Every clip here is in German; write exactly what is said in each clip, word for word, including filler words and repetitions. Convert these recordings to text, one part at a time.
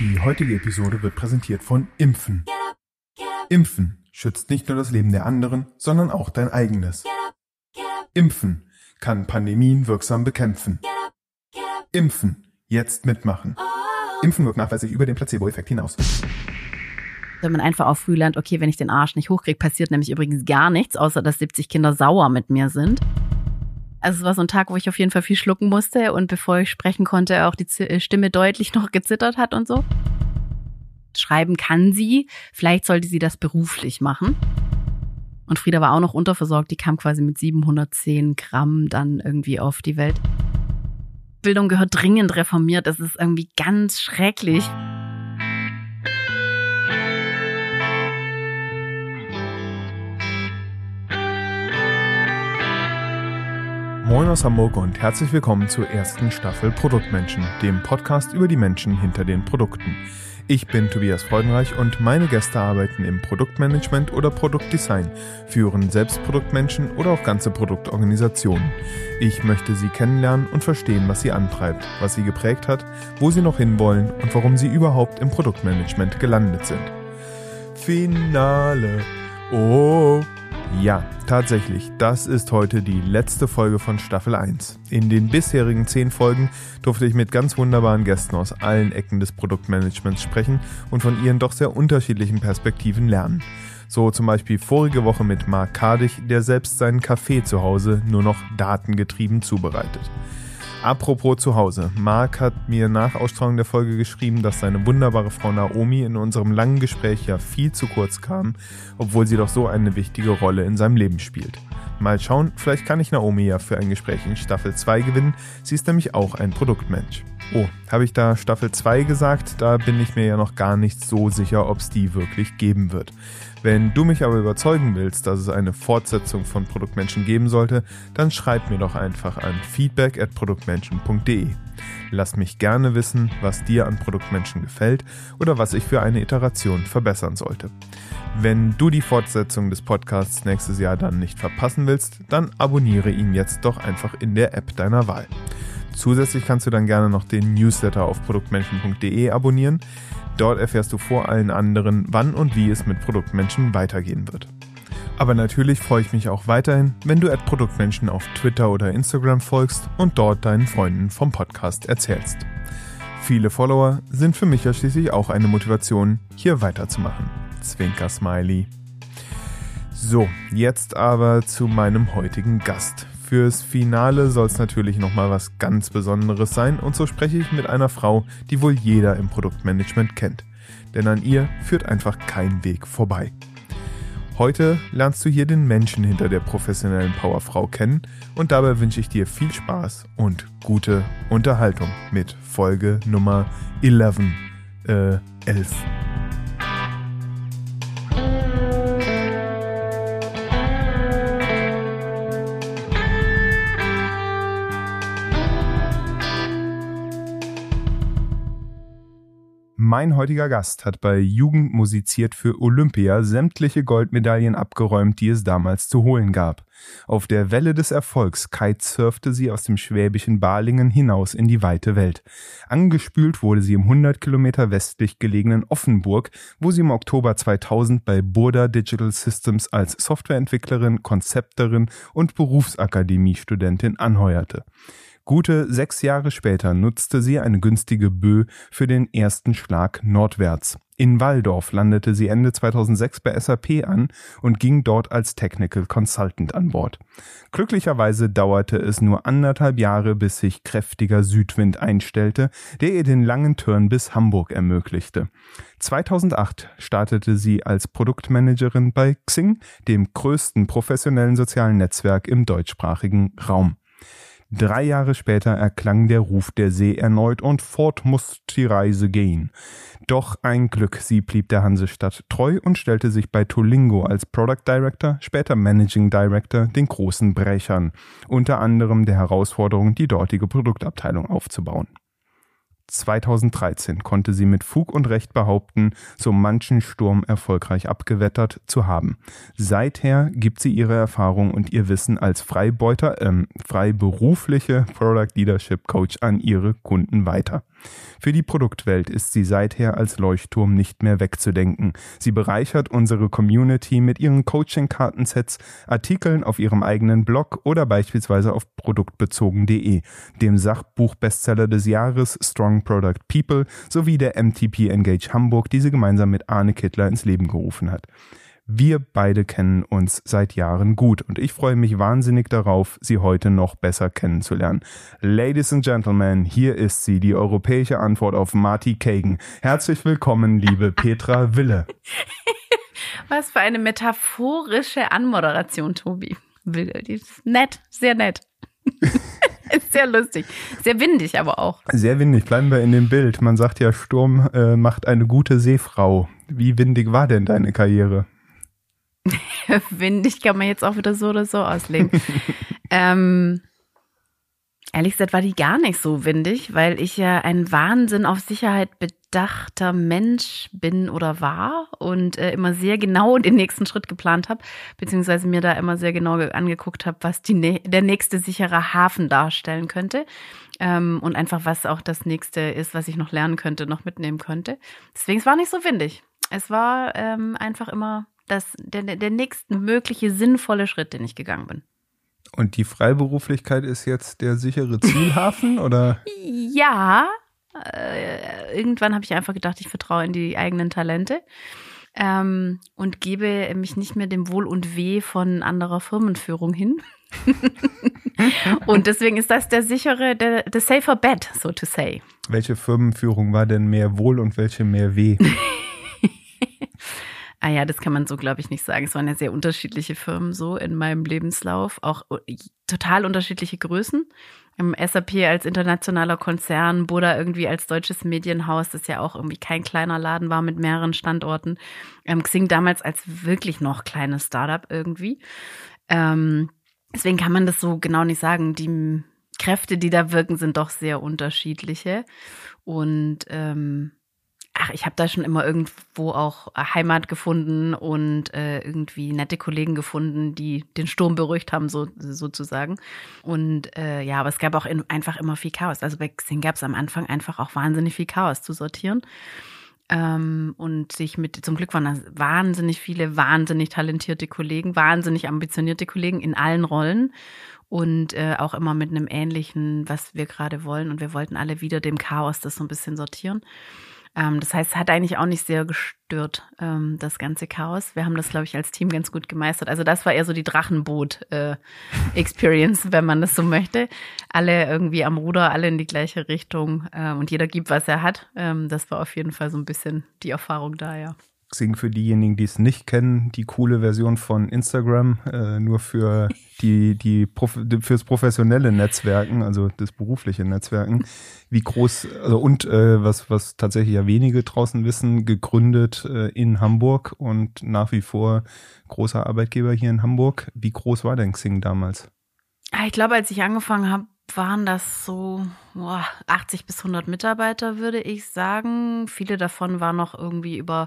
Die heutige Episode wird präsentiert von Impfen. Impfen schützt nicht nur das Leben der anderen, sondern auch dein eigenes. Impfen kann Pandemien wirksam bekämpfen. Impfen. Jetzt mitmachen. Impfen wirkt nachweislich über den Placebo-Effekt hinaus. Wenn man einfach auch früh lernt, okay, wenn ich den Arsch nicht hochkriege, passiert nämlich übrigens gar nichts, außer dass siebzig Kinder sauer mit mir sind. Also es war so ein Tag, wo ich auf jeden Fall viel schlucken musste und bevor ich sprechen konnte, auch die Stimme deutlich noch gezittert hat und so. Schreiben kann sie, vielleicht sollte sie das beruflich machen. Und Frieda war auch noch unterversorgt, die kam quasi mit siebenhundertzehn Gramm dann irgendwie auf die Welt. Bildung gehört dringend reformiert, das ist irgendwie ganz schrecklich. Moin aus Hamburg und herzlich willkommen zur ersten Staffel Produktmenschen, dem Podcast über die Menschen hinter den Produkten. Ich bin Tobias Freudenreich und meine Gäste arbeiten im Produktmanagement oder Produktdesign, führen selbst Produktmenschen oder auch ganze Produktorganisationen. Ich möchte sie kennenlernen und verstehen, was sie antreibt, was sie geprägt hat, wo sie noch hinwollen und warum sie überhaupt im Produktmanagement gelandet sind. Finale. Oh. Ja, tatsächlich, das ist heute die letzte Folge von Staffel eins. In den bisherigen zehn Folgen durfte ich mit ganz wunderbaren Gästen aus allen Ecken des Produktmanagements sprechen und von ihren doch sehr unterschiedlichen Perspektiven lernen. So zum Beispiel vorige Woche mit Marc Kadich, der selbst seinen Kaffee zu Hause nur noch datengetrieben zubereitet. Apropos zu Hause. Marc hat mir nach Ausstrahlung der Folge geschrieben, dass seine wunderbare Frau Naomi in unserem langen Gespräch ja viel zu kurz kam, obwohl sie doch so eine wichtige Rolle in seinem Leben spielt. Mal schauen, vielleicht kann ich Naomi ja für ein Gespräch in Staffel zwei gewinnen. Sie ist nämlich auch ein Produktmensch. Oh, habe ich da Staffel zwei gesagt? Da bin ich mir ja noch gar nicht so sicher, ob es die wirklich geben wird. Wenn du mich aber überzeugen willst, dass es eine Fortsetzung von Produktmenschen geben sollte, dann schreib mir doch einfach an feedback at produktmenschen punkt de. Lass mich gerne wissen, was dir an Produktmenschen gefällt oder was ich für eine Iteration verbessern sollte. Wenn du die Fortsetzung des Podcasts nächstes Jahr dann nicht verpassen willst, dann abonniere ihn jetzt doch einfach in der App deiner Wahl. Zusätzlich kannst du dann gerne noch den Newsletter auf produktmenschen punkt de abonnieren. Dort erfährst du vor allen anderen, wann und wie es mit Produktmenschen weitergehen wird. Aber natürlich freue ich mich auch weiterhin, wenn du at Produktmenschen auf Twitter oder Instagram folgst und dort deinen Freunden vom Podcast erzählst. Viele Follower sind für mich ja schließlich auch eine Motivation, hier weiterzumachen. Zwinker-Smiley. So, jetzt aber zu meinem heutigen Gast. Fürs Finale soll es natürlich nochmal was ganz Besonderes sein und so spreche ich mit einer Frau, die wohl jeder im Produktmanagement kennt. Denn an ihr führt einfach kein Weg vorbei. Heute lernst du hier den Menschen hinter der professionellen Powerfrau kennen und dabei wünsche ich dir viel Spaß und gute Unterhaltung mit Folge Nummer elf. Äh, elf. Mein heutiger Gast hat bei Jugend musiziert für Olympia sämtliche Goldmedaillen abgeräumt, die es damals zu holen gab. Auf der Welle des Erfolgs kitesurfte sie aus dem schwäbischen Balingen hinaus in die weite Welt. Angespült wurde sie im hundert Kilometer westlich gelegenen Offenburg, wo sie im Oktober zweitausend bei Burda Digital Systems als Softwareentwicklerin, Konzepterin und Berufsakademiestudentin anheuerte. Gute sechs Jahre später nutzte sie eine günstige Bö für den ersten Schlag nordwärts. In Walldorf landete sie Ende zweitausendsechs bei S A P an und ging dort als Technical Consultant an Bord. Glücklicherweise dauerte es nur anderthalb Jahre, bis sich kräftiger Südwind einstellte, der ihr den langen Turn bis Hamburg ermöglichte. zweitausendacht startete sie als Produktmanagerin bei Xing, dem größten professionellen sozialen Netzwerk im deutschsprachigen Raum. Drei Jahre später erklang der Ruf der See erneut und fort musste die Reise gehen. Doch ein Glück, sie blieb der Hansestadt treu und stellte sich bei Tolingo als Product Director, später Managing Director, den großen Brechern, unter anderem der Herausforderung, die dortige Produktabteilung aufzubauen. zweitausenddreizehn konnte sie mit Fug und Recht behaupten, so manchen Sturm erfolgreich abgewettert zu haben. Seither gibt sie ihre Erfahrung und ihr Wissen als Freibeuter, ähm, freiberufliche Product Leadership Coach an ihre Kunden weiter. Für die Produktwelt ist sie seither als Leuchtturm nicht mehr wegzudenken. Sie bereichert unsere Community mit ihren Coaching-Kartensets, Artikeln auf ihrem eigenen Blog oder beispielsweise auf produktbezogen punkt de, dem Sachbuch-Bestseller des Jahres Strong Product People sowie der M T P Engage Hamburg, die sie gemeinsam mit Arne Kittler ins Leben gerufen hat. Wir beide kennen uns seit Jahren gut und ich freue mich wahnsinnig darauf, sie heute noch besser kennenzulernen. Ladies and Gentlemen, hier ist sie, die europäische Antwort auf Marty Kagan. Herzlich willkommen, liebe Petra Wille. Was für eine metaphorische Anmoderation, Tobi. Nett, sehr nett. Ist sehr lustig. Sehr windig aber auch. Sehr windig, bleiben wir in dem Bild. Man sagt ja, Sturm äh, macht eine gute Seefrau. Wie windig war denn deine Karriere? Windig kann man jetzt auch wieder so oder so auslegen. ähm, ehrlich gesagt war die gar nicht so windig, weil ich ja ein Wahnsinn auf Sicherheit bedachter Mensch bin oder war und äh, immer sehr genau den nächsten Schritt geplant habe, beziehungsweise mir da immer sehr genau angeguckt habe, was die, der nächste sichere Hafen darstellen könnte ähm, und einfach was auch das nächste ist, was ich noch lernen könnte, noch mitnehmen könnte. Deswegen, es war nicht so windig. Es war ähm, einfach immer das, der, der nächste mögliche sinnvolle Schritt, den ich gegangen bin. Und die Freiberuflichkeit ist jetzt der sichere Zielhafen, oder? Ja, äh, irgendwann habe ich einfach gedacht, ich vertraue in die eigenen Talente ähm, und gebe mich nicht mehr dem Wohl und Weh von anderer Firmenführung hin. Und deswegen ist das der sichere, der, der safer bet, so to say. Welche Firmenführung war denn mehr Wohl und welche mehr Weh? Ah ja, das kann man so, glaube ich, nicht sagen. Es waren ja sehr unterschiedliche Firmen so in meinem Lebenslauf, auch total unterschiedliche Größen. Im S A P als internationaler Konzern, Buddha irgendwie als deutsches Medienhaus, das ja auch irgendwie kein kleiner Laden war mit mehreren Standorten. Ähm, Xing damals als wirklich noch kleines Startup irgendwie. Ähm, deswegen kann man das so genau nicht sagen. Die Kräfte, die da wirken, sind doch sehr unterschiedliche. Und ähm, Ach, ich habe da schon immer irgendwo auch Heimat gefunden und äh, irgendwie nette Kollegen gefunden, die den Sturm beruhigt haben, so, sozusagen. Und äh, ja, aber es gab auch in, einfach immer viel Chaos. Also bei Xing gab es am Anfang einfach auch wahnsinnig viel Chaos zu sortieren. Ähm, und sich mit, zum Glück waren da wahnsinnig viele, wahnsinnig talentierte Kollegen, wahnsinnig ambitionierte Kollegen in allen Rollen. Und äh, auch immer mit einem ähnlichen, was wir gerade wollen. Und wir wollten alle wieder dem Chaos das so ein bisschen sortieren. Ähm, das heißt, es hat eigentlich auch nicht sehr gestört, ähm, das ganze Chaos. Wir haben das, glaube ich, als Team ganz gut gemeistert. Also das war eher so die Drachenboot-Experience, äh, wenn man das so möchte. Alle irgendwie am Ruder, alle in die gleiche Richtung äh, und jeder gibt, was er hat. Ähm, das war auf jeden Fall so ein bisschen die Erfahrung da, ja. Xing für diejenigen, die es nicht kennen, die coole Version von Instagram, äh, nur für die, die Prof- fürs professionelle Netzwerken, also das berufliche Netzwerken. Wie groß, also und äh, was, was tatsächlich ja wenige draußen wissen, gegründet äh, in Hamburg und nach wie vor großer Arbeitgeber hier in Hamburg. Wie groß war denn Xing damals? Ich glaube, als ich angefangen habe, waren das so boah, achtzig bis hundert Mitarbeiter, würde ich sagen. Viele davon waren noch irgendwie über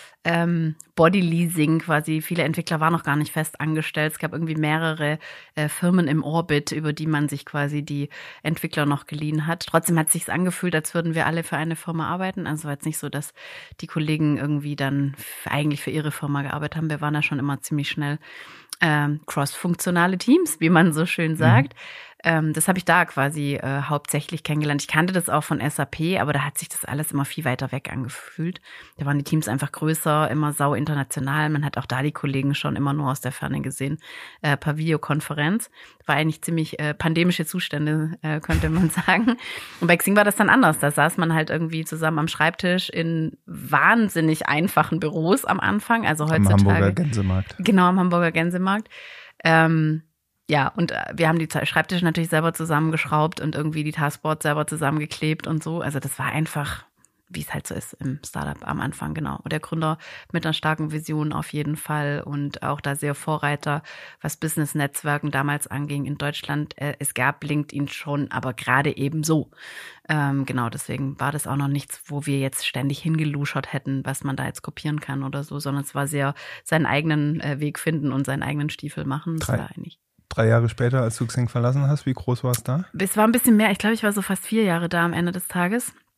Ähm, Bodyleasing quasi. Viele Entwickler waren noch gar nicht fest angestellt. Es gab irgendwie mehrere äh, Firmen im Orbit, über die man sich quasi die Entwickler noch geliehen hat. Trotzdem hat es sich angefühlt, als würden wir alle für eine Firma arbeiten. Also war jetzt nicht so, dass die Kollegen irgendwie dann f- eigentlich für ihre Firma gearbeitet haben. Wir waren da schon immer ziemlich schnell ähm, cross-funktionale Teams, wie man so schön sagt. Mhm. Ähm, das habe ich da quasi äh, hauptsächlich kennengelernt. Ich kannte das auch von S A P, aber da hat sich das alles immer viel weiter weg angefühlt. Da waren die Teams einfach größer, immer sau international. Man hat auch da die Kollegen schon immer nur aus der Ferne gesehen, äh, per Videokonferenz. War eigentlich ziemlich äh, pandemische Zustände, äh, könnte man sagen. Und bei Xing war das dann anders. Da saß man halt irgendwie zusammen am Schreibtisch in wahnsinnig einfachen Büros am Anfang. Also heutzutage. Am Hamburger Gänsemarkt. Genau, am Hamburger Gänsemarkt. Ähm, Ja, und wir haben die Schreibtische natürlich selber zusammengeschraubt und irgendwie die Taskboards selber zusammengeklebt und so. Also das war einfach, wie es halt so ist im Startup am Anfang, genau. Und der Gründer mit einer starken Vision auf jeden Fall und auch da sehr Vorreiter, was Business-Netzwerken damals anging in Deutschland. Es gab LinkedIn schon, aber gerade eben so. Ähm, genau, deswegen war das auch noch nichts, wo wir jetzt ständig hingeluschert hätten, was man da jetzt kopieren kann oder so, sondern es war sehr seinen eigenen äh, Weg finden und seinen eigenen Stiefel machen. Das Drei. war eigentlich. Drei Jahre später, als du Xing verlassen hast, wie groß war es da? Es war ein bisschen mehr. Ich glaube, ich war so fast vier Jahre da am Ende des Tages.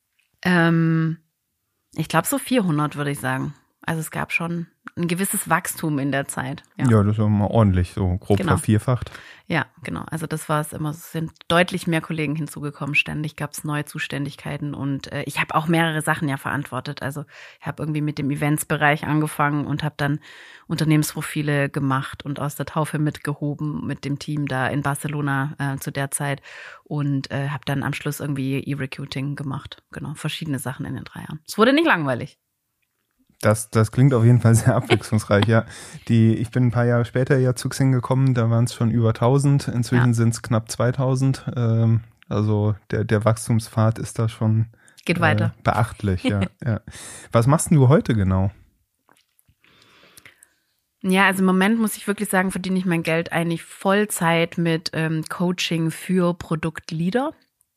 Ähm, ich glaube so vierhundert, würde ich sagen. Also es gab schon ein gewisses Wachstum in der Zeit. Ja, ja, das war mal ordentlich, so grob genau. vervierfacht. Ja, genau. Also das war es immer. Es sind deutlich mehr Kollegen hinzugekommen. Ständig gab es neue Zuständigkeiten und äh, ich habe auch mehrere Sachen ja verantwortet. Also ich habe irgendwie mit dem Eventsbereich angefangen und habe dann Unternehmensprofile gemacht und aus der Taufe mitgehoben mit dem Team da in Barcelona äh, zu der Zeit und äh, habe dann am Schluss irgendwie E-Recruiting gemacht. Genau, verschiedene Sachen in den drei Jahren. Es wurde nicht langweilig. Das, das klingt auf jeden Fall sehr abwechslungsreich, ja. Die, ich bin ein paar Jahre später ja zu Xing gekommen, da waren es schon über tausend, inzwischen ja. sind es knapp zweitausend. Ähm, also der, der Wachstumspfad ist da schon Geht weiter. Äh, beachtlich, ja, ja. Was machst denn du heute genau? Ja, also im Moment muss ich wirklich sagen, verdiene ich mein Geld eigentlich Vollzeit mit ähm, Coaching für Produktleader.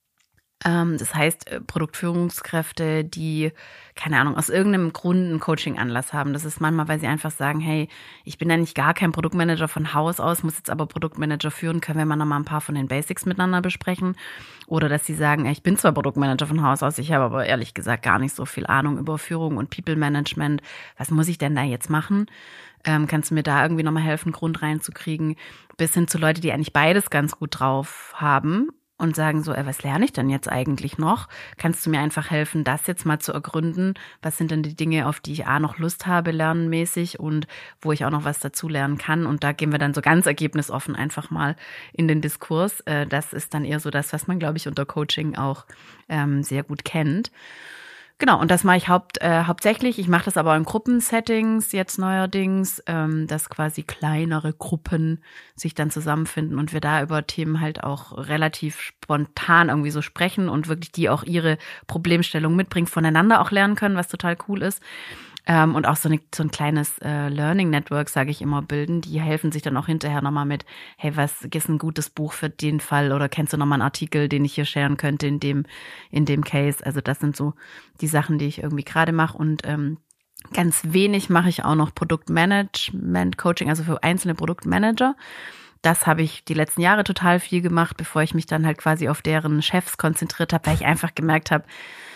Das heißt, Produktführungskräfte, die, keine Ahnung, aus irgendeinem Grund einen Coaching-Anlass haben. Das ist manchmal, weil sie einfach sagen, hey, ich bin eigentlich gar kein Produktmanager von Haus aus, muss jetzt aber Produktmanager führen, können wir mal nochmal ein paar von den Basics miteinander besprechen. Oder dass sie sagen, ich bin zwar Produktmanager von Haus aus, ich habe aber ehrlich gesagt gar nicht so viel Ahnung über Führung und People-Management. Was muss ich denn da jetzt machen? Ähm, kannst du mir da irgendwie nochmal helfen, Grund reinzukriegen? Bis hin zu Leute, die eigentlich beides ganz gut drauf haben. Und sagen so, ey, was lerne ich denn jetzt eigentlich noch? Kannst du mir einfach helfen, das jetzt mal zu ergründen? Was sind denn die Dinge, auf die ich A noch Lust habe, lernenmäßig und wo ich auch noch was dazu lernen kann? Und da gehen wir dann so ganz ergebnisoffen einfach mal in den Diskurs. Das ist dann eher so das, was man, glaube ich, unter Coaching auch ähm, sehr gut kennt. Genau, und das mache ich haupt, äh, hauptsächlich. Ich mache das aber in Gruppensettings jetzt neuerdings, ähm, dass quasi kleinere Gruppen sich dann zusammenfinden und wir da über Themen halt auch relativ spontan irgendwie so sprechen und wirklich die auch ihre Problemstellung mitbringen, voneinander auch lernen können, was total cool ist. Ähm, und auch so, eine, so ein kleines äh, Learning Network, sage ich immer, bilden. Die helfen sich dann auch hinterher nochmal mit, hey, was ist ein gutes Buch für den Fall? Oder kennst du nochmal einen Artikel, den ich hier sharen könnte in dem, in dem Case? Also das sind so die Sachen, die ich irgendwie gerade mache. Und ähm, ganz wenig mache ich auch noch Produktmanagement-Coaching, also für einzelne Produktmanager. Das habe ich die letzten Jahre total viel gemacht, bevor ich mich dann halt quasi auf deren Chefs konzentriert habe, weil ich einfach gemerkt habe,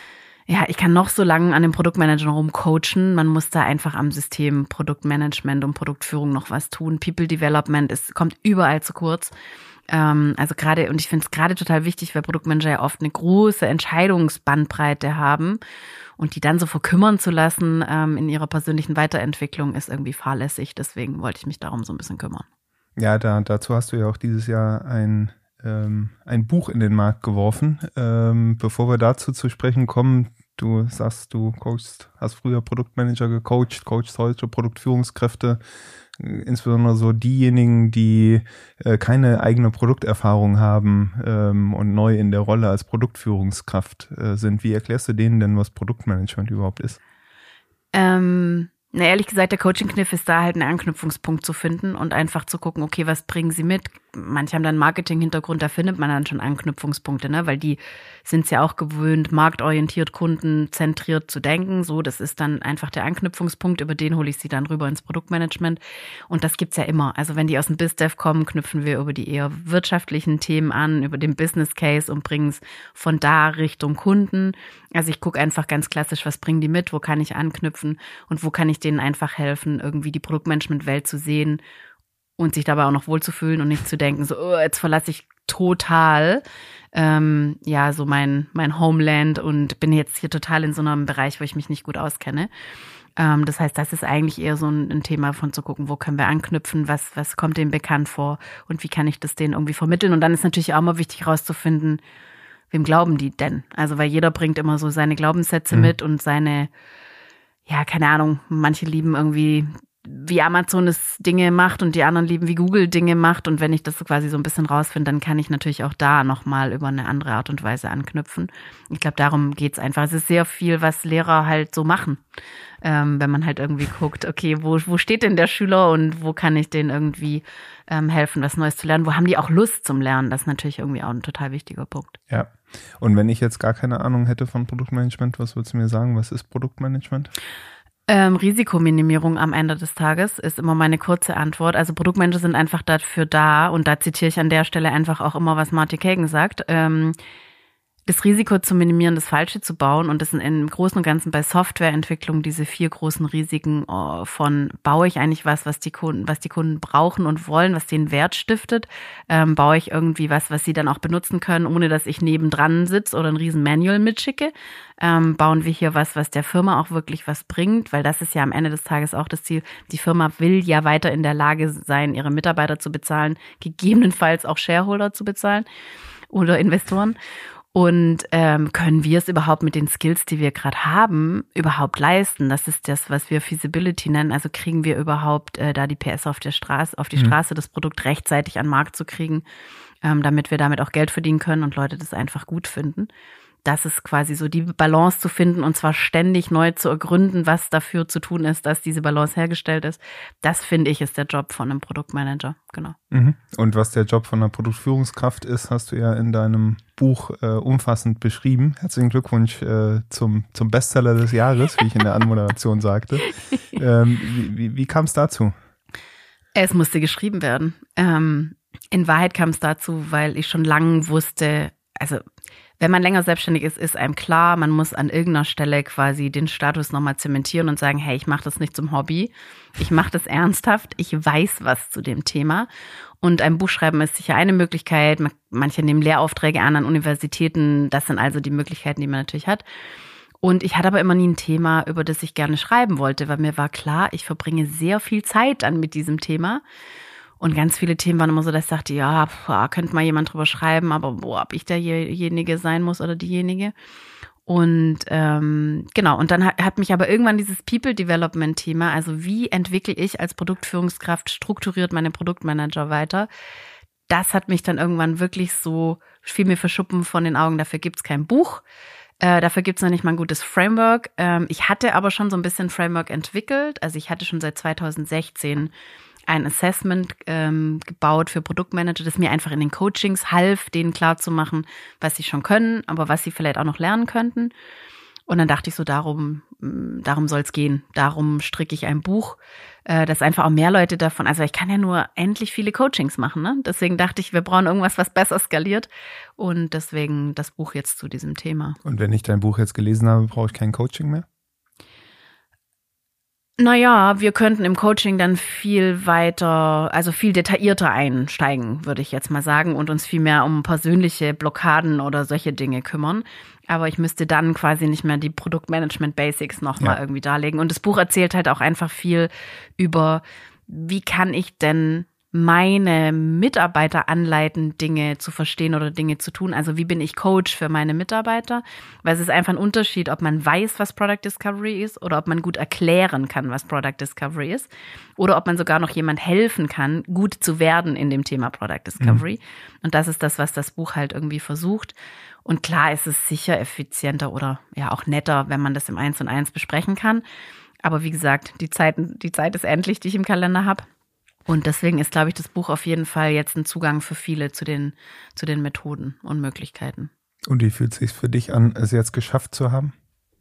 ja, ich kann noch so lange an dem Produktmanager rumcoachen. Man muss da einfach am System Produktmanagement und Produktführung noch was tun. People Development ist, kommt überall zu kurz. Ähm, also gerade, und ich finde es gerade total wichtig, weil Produktmanager ja oft eine große Entscheidungsbandbreite haben und die dann so verkümmern zu lassen ähm, in ihrer persönlichen Weiterentwicklung ist irgendwie fahrlässig. Deswegen wollte ich mich darum so ein bisschen kümmern. Ja, da, dazu hast du ja auch dieses Jahr ein ähm, ein Buch in den Markt geworfen. Ähm, bevor wir dazu zu sprechen kommen, du sagst, du coachst, hast früher Produktmanager gecoacht, coachst heute Produktführungskräfte, insbesondere so diejenigen, die äh, keine eigene Produkterfahrung haben ähm, und neu in der Rolle als Produktführungskraft äh, sind. Wie erklärst du denen denn, was Produktmanagement überhaupt ist? Ähm Na, ehrlich gesagt, der Coaching-Kniff ist da halt einen Anknüpfungspunkt zu finden und einfach zu gucken, okay, was bringen sie mit? Manche haben dann Marketing-Hintergrund, da findet man dann schon Anknüpfungspunkte, ne? Weil die sind es ja auch gewöhnt, marktorientiert, kundenzentriert zu denken. So, das ist dann einfach der Anknüpfungspunkt, über den hole ich sie dann rüber ins Produktmanagement. Und das gibt's ja immer. Also wenn die aus dem BizDev kommen, knüpfen wir über die eher wirtschaftlichen Themen an, über den Business Case und bringen es von da Richtung Kunden. Also ich gucke einfach ganz klassisch, was bringen die mit, wo kann ich anknüpfen und wo kann ich denen einfach helfen, irgendwie die Produktmanagement-Welt zu sehen und sich dabei auch noch wohlzufühlen und nicht zu denken, so, oh, jetzt verlasse ich total ähm, ja so mein mein Homeland und bin jetzt hier total in so einem Bereich, wo ich mich nicht gut auskenne. Ähm, das heißt, das ist eigentlich eher so ein, ein Thema von zu gucken, wo können wir anknüpfen, was was kommt denen bekannt vor und wie kann ich das denen irgendwie vermitteln. Und dann ist natürlich auch mal wichtig herauszufinden, wem glauben die denn? Also weil jeder bringt immer so seine Glaubenssätze mhm. mit und seine, ja, keine Ahnung, manche lieben irgendwie, wie Amazon es Dinge macht und die anderen lieben, wie Google Dinge macht. Und wenn ich das quasi so ein bisschen rausfinde, dann kann ich natürlich auch da nochmal über eine andere Art und Weise anknüpfen. Ich glaube, darum geht's einfach. Es ist sehr viel, was Lehrer halt so machen. Ähm, wenn man halt irgendwie guckt, okay, wo, wo steht denn der Schüler und wo kann ich denen irgendwie ähm, helfen, was Neues zu lernen? Wo haben die auch Lust zum Lernen? Das ist natürlich irgendwie auch ein total wichtiger Punkt. Ja. Und wenn ich jetzt gar keine Ahnung hätte von Produktmanagement, was würdest du mir sagen? Was ist Produktmanagement? Ähm, Risikominimierung am Ende des Tages ist immer meine kurze Antwort. Also Produktmanager sind einfach dafür da und da zitiere ich an der Stelle einfach auch immer, was Marty Kagan sagt. Ähm, das Risiko zu minimieren, das Falsche zu bauen. Und das sind im Großen und Ganzen bei Softwareentwicklung diese vier großen Risiken oh, von, baue ich eigentlich was, was die Kunden, was die Kunden brauchen und wollen, was denen Wert stiftet? Ähm, baue ich irgendwie was, was sie dann auch benutzen können, ohne dass ich nebendran sitze oder ein riesen Manual mitschicke? Ähm, bauen wir hier was, was der Firma auch wirklich was bringt? Weil das ist ja am Ende des Tages auch das Ziel. Die Firma will ja weiter in der Lage sein, ihre Mitarbeiter zu bezahlen, gegebenenfalls auch Shareholder zu bezahlen oder Investoren. Und ähm, können wir es überhaupt mit den Skills, die wir gerade haben, überhaupt leisten? Das ist das, was wir Feasibility nennen. Also kriegen wir überhaupt äh, da die P S auf der Straße, auf die mhm. Straße, das Produkt rechtzeitig an den Markt zu kriegen, ähm, damit wir damit auch Geld verdienen können und Leute das einfach gut finden. Das ist quasi so die Balance zu finden und zwar ständig neu zu ergründen, was dafür zu tun ist, dass diese Balance hergestellt ist. Das, finde ich, ist der Job von einem Produktmanager, genau. Mhm. Und was der Job von einer Produktführungskraft ist, hast du ja in deinem Buch äh, umfassend beschrieben. Herzlichen Glückwunsch äh, zum, zum Bestseller des Jahres, wie ich in der Anmoderation sagte. Ähm, wie wie, wie kam es dazu? Es musste geschrieben werden. Ähm, in Wahrheit kam es dazu, weil ich schon lange wusste, also wenn man länger selbstständig ist, ist einem klar, man muss an irgendeiner Stelle quasi den Status nochmal zementieren und sagen, hey, ich mache das nicht zum Hobby, ich mache das ernsthaft, ich weiß was zu dem Thema. Und ein Buch schreiben ist sicher eine Möglichkeit, manche nehmen Lehraufträge an an Universitäten, das sind also die Möglichkeiten, die man natürlich hat. Und ich hatte aber immer nie ein Thema, über das ich gerne schreiben wollte, weil mir war klar, ich verbringe sehr viel Zeit dann mit diesem Thema. Und ganz viele Themen waren immer so, dass ich dachte, ja, boah, könnte mal jemand drüber schreiben, aber boah, ob ich derjenige sein muss oder diejenige. Und ähm, genau, und dann hat, hat mich aber irgendwann dieses People-Development-Thema, also wie entwickle ich als Produktführungskraft strukturiert meine Produktmanager weiter, das hat mich dann irgendwann wirklich so, fiel mir für Schuppen von den Augen, dafür gibt's kein Buch. Äh, dafür gibt's noch nicht mal ein gutes Framework. Ähm, ich hatte aber schon so ein bisschen Framework entwickelt, also ich hatte schon seit zweitausendsechzehn ein Assessment ähm, gebaut für Produktmanager, das mir einfach in den Coachings half, denen klarzumachen, was sie schon können, aber was sie vielleicht auch noch lernen könnten. Und dann dachte ich so, darum, darum soll es gehen. Darum stricke ich ein Buch, äh, dass einfach auch mehr Leute davon, also ich kann ja nur endlich viele Coachings machen, ne? Deswegen dachte ich, wir brauchen irgendwas, was besser skaliert. Und deswegen das Buch jetzt zu diesem Thema. Und wenn ich dein Buch jetzt gelesen habe, brauche ich kein Coaching mehr? Naja, wir könnten im Coaching dann viel weiter, also viel detaillierter einsteigen, würde ich jetzt mal sagen, und uns viel mehr um persönliche Blockaden oder solche Dinge kümmern. Aber ich müsste dann quasi nicht mehr die Produktmanagement-Basics nochmal ja. irgendwie darlegen. Und das Buch erzählt halt auch einfach viel über, wie kann ich denn meine Mitarbeiter anleiten, Dinge zu verstehen oder Dinge zu tun. Also wie bin ich Coach für meine Mitarbeiter? Weil es ist einfach ein Unterschied, ob man weiß, was Product Discovery ist oder ob man gut erklären kann, was Product Discovery ist. Oder ob man sogar noch jemand helfen kann, gut zu werden in dem Thema Product Discovery. Mhm. Und das ist das, was das Buch halt irgendwie versucht. Und klar ist es sicher effizienter oder ja auch netter, wenn man das im Eins und Eins besprechen kann. Aber wie gesagt, die Zeit, die Zeit ist endlich, die ich im Kalender habe. Und deswegen ist, glaube ich, das Buch auf jeden Fall jetzt ein Zugang für viele zu den, zu den Methoden und Möglichkeiten. Und wie fühlt es sich für dich an, es jetzt geschafft zu haben?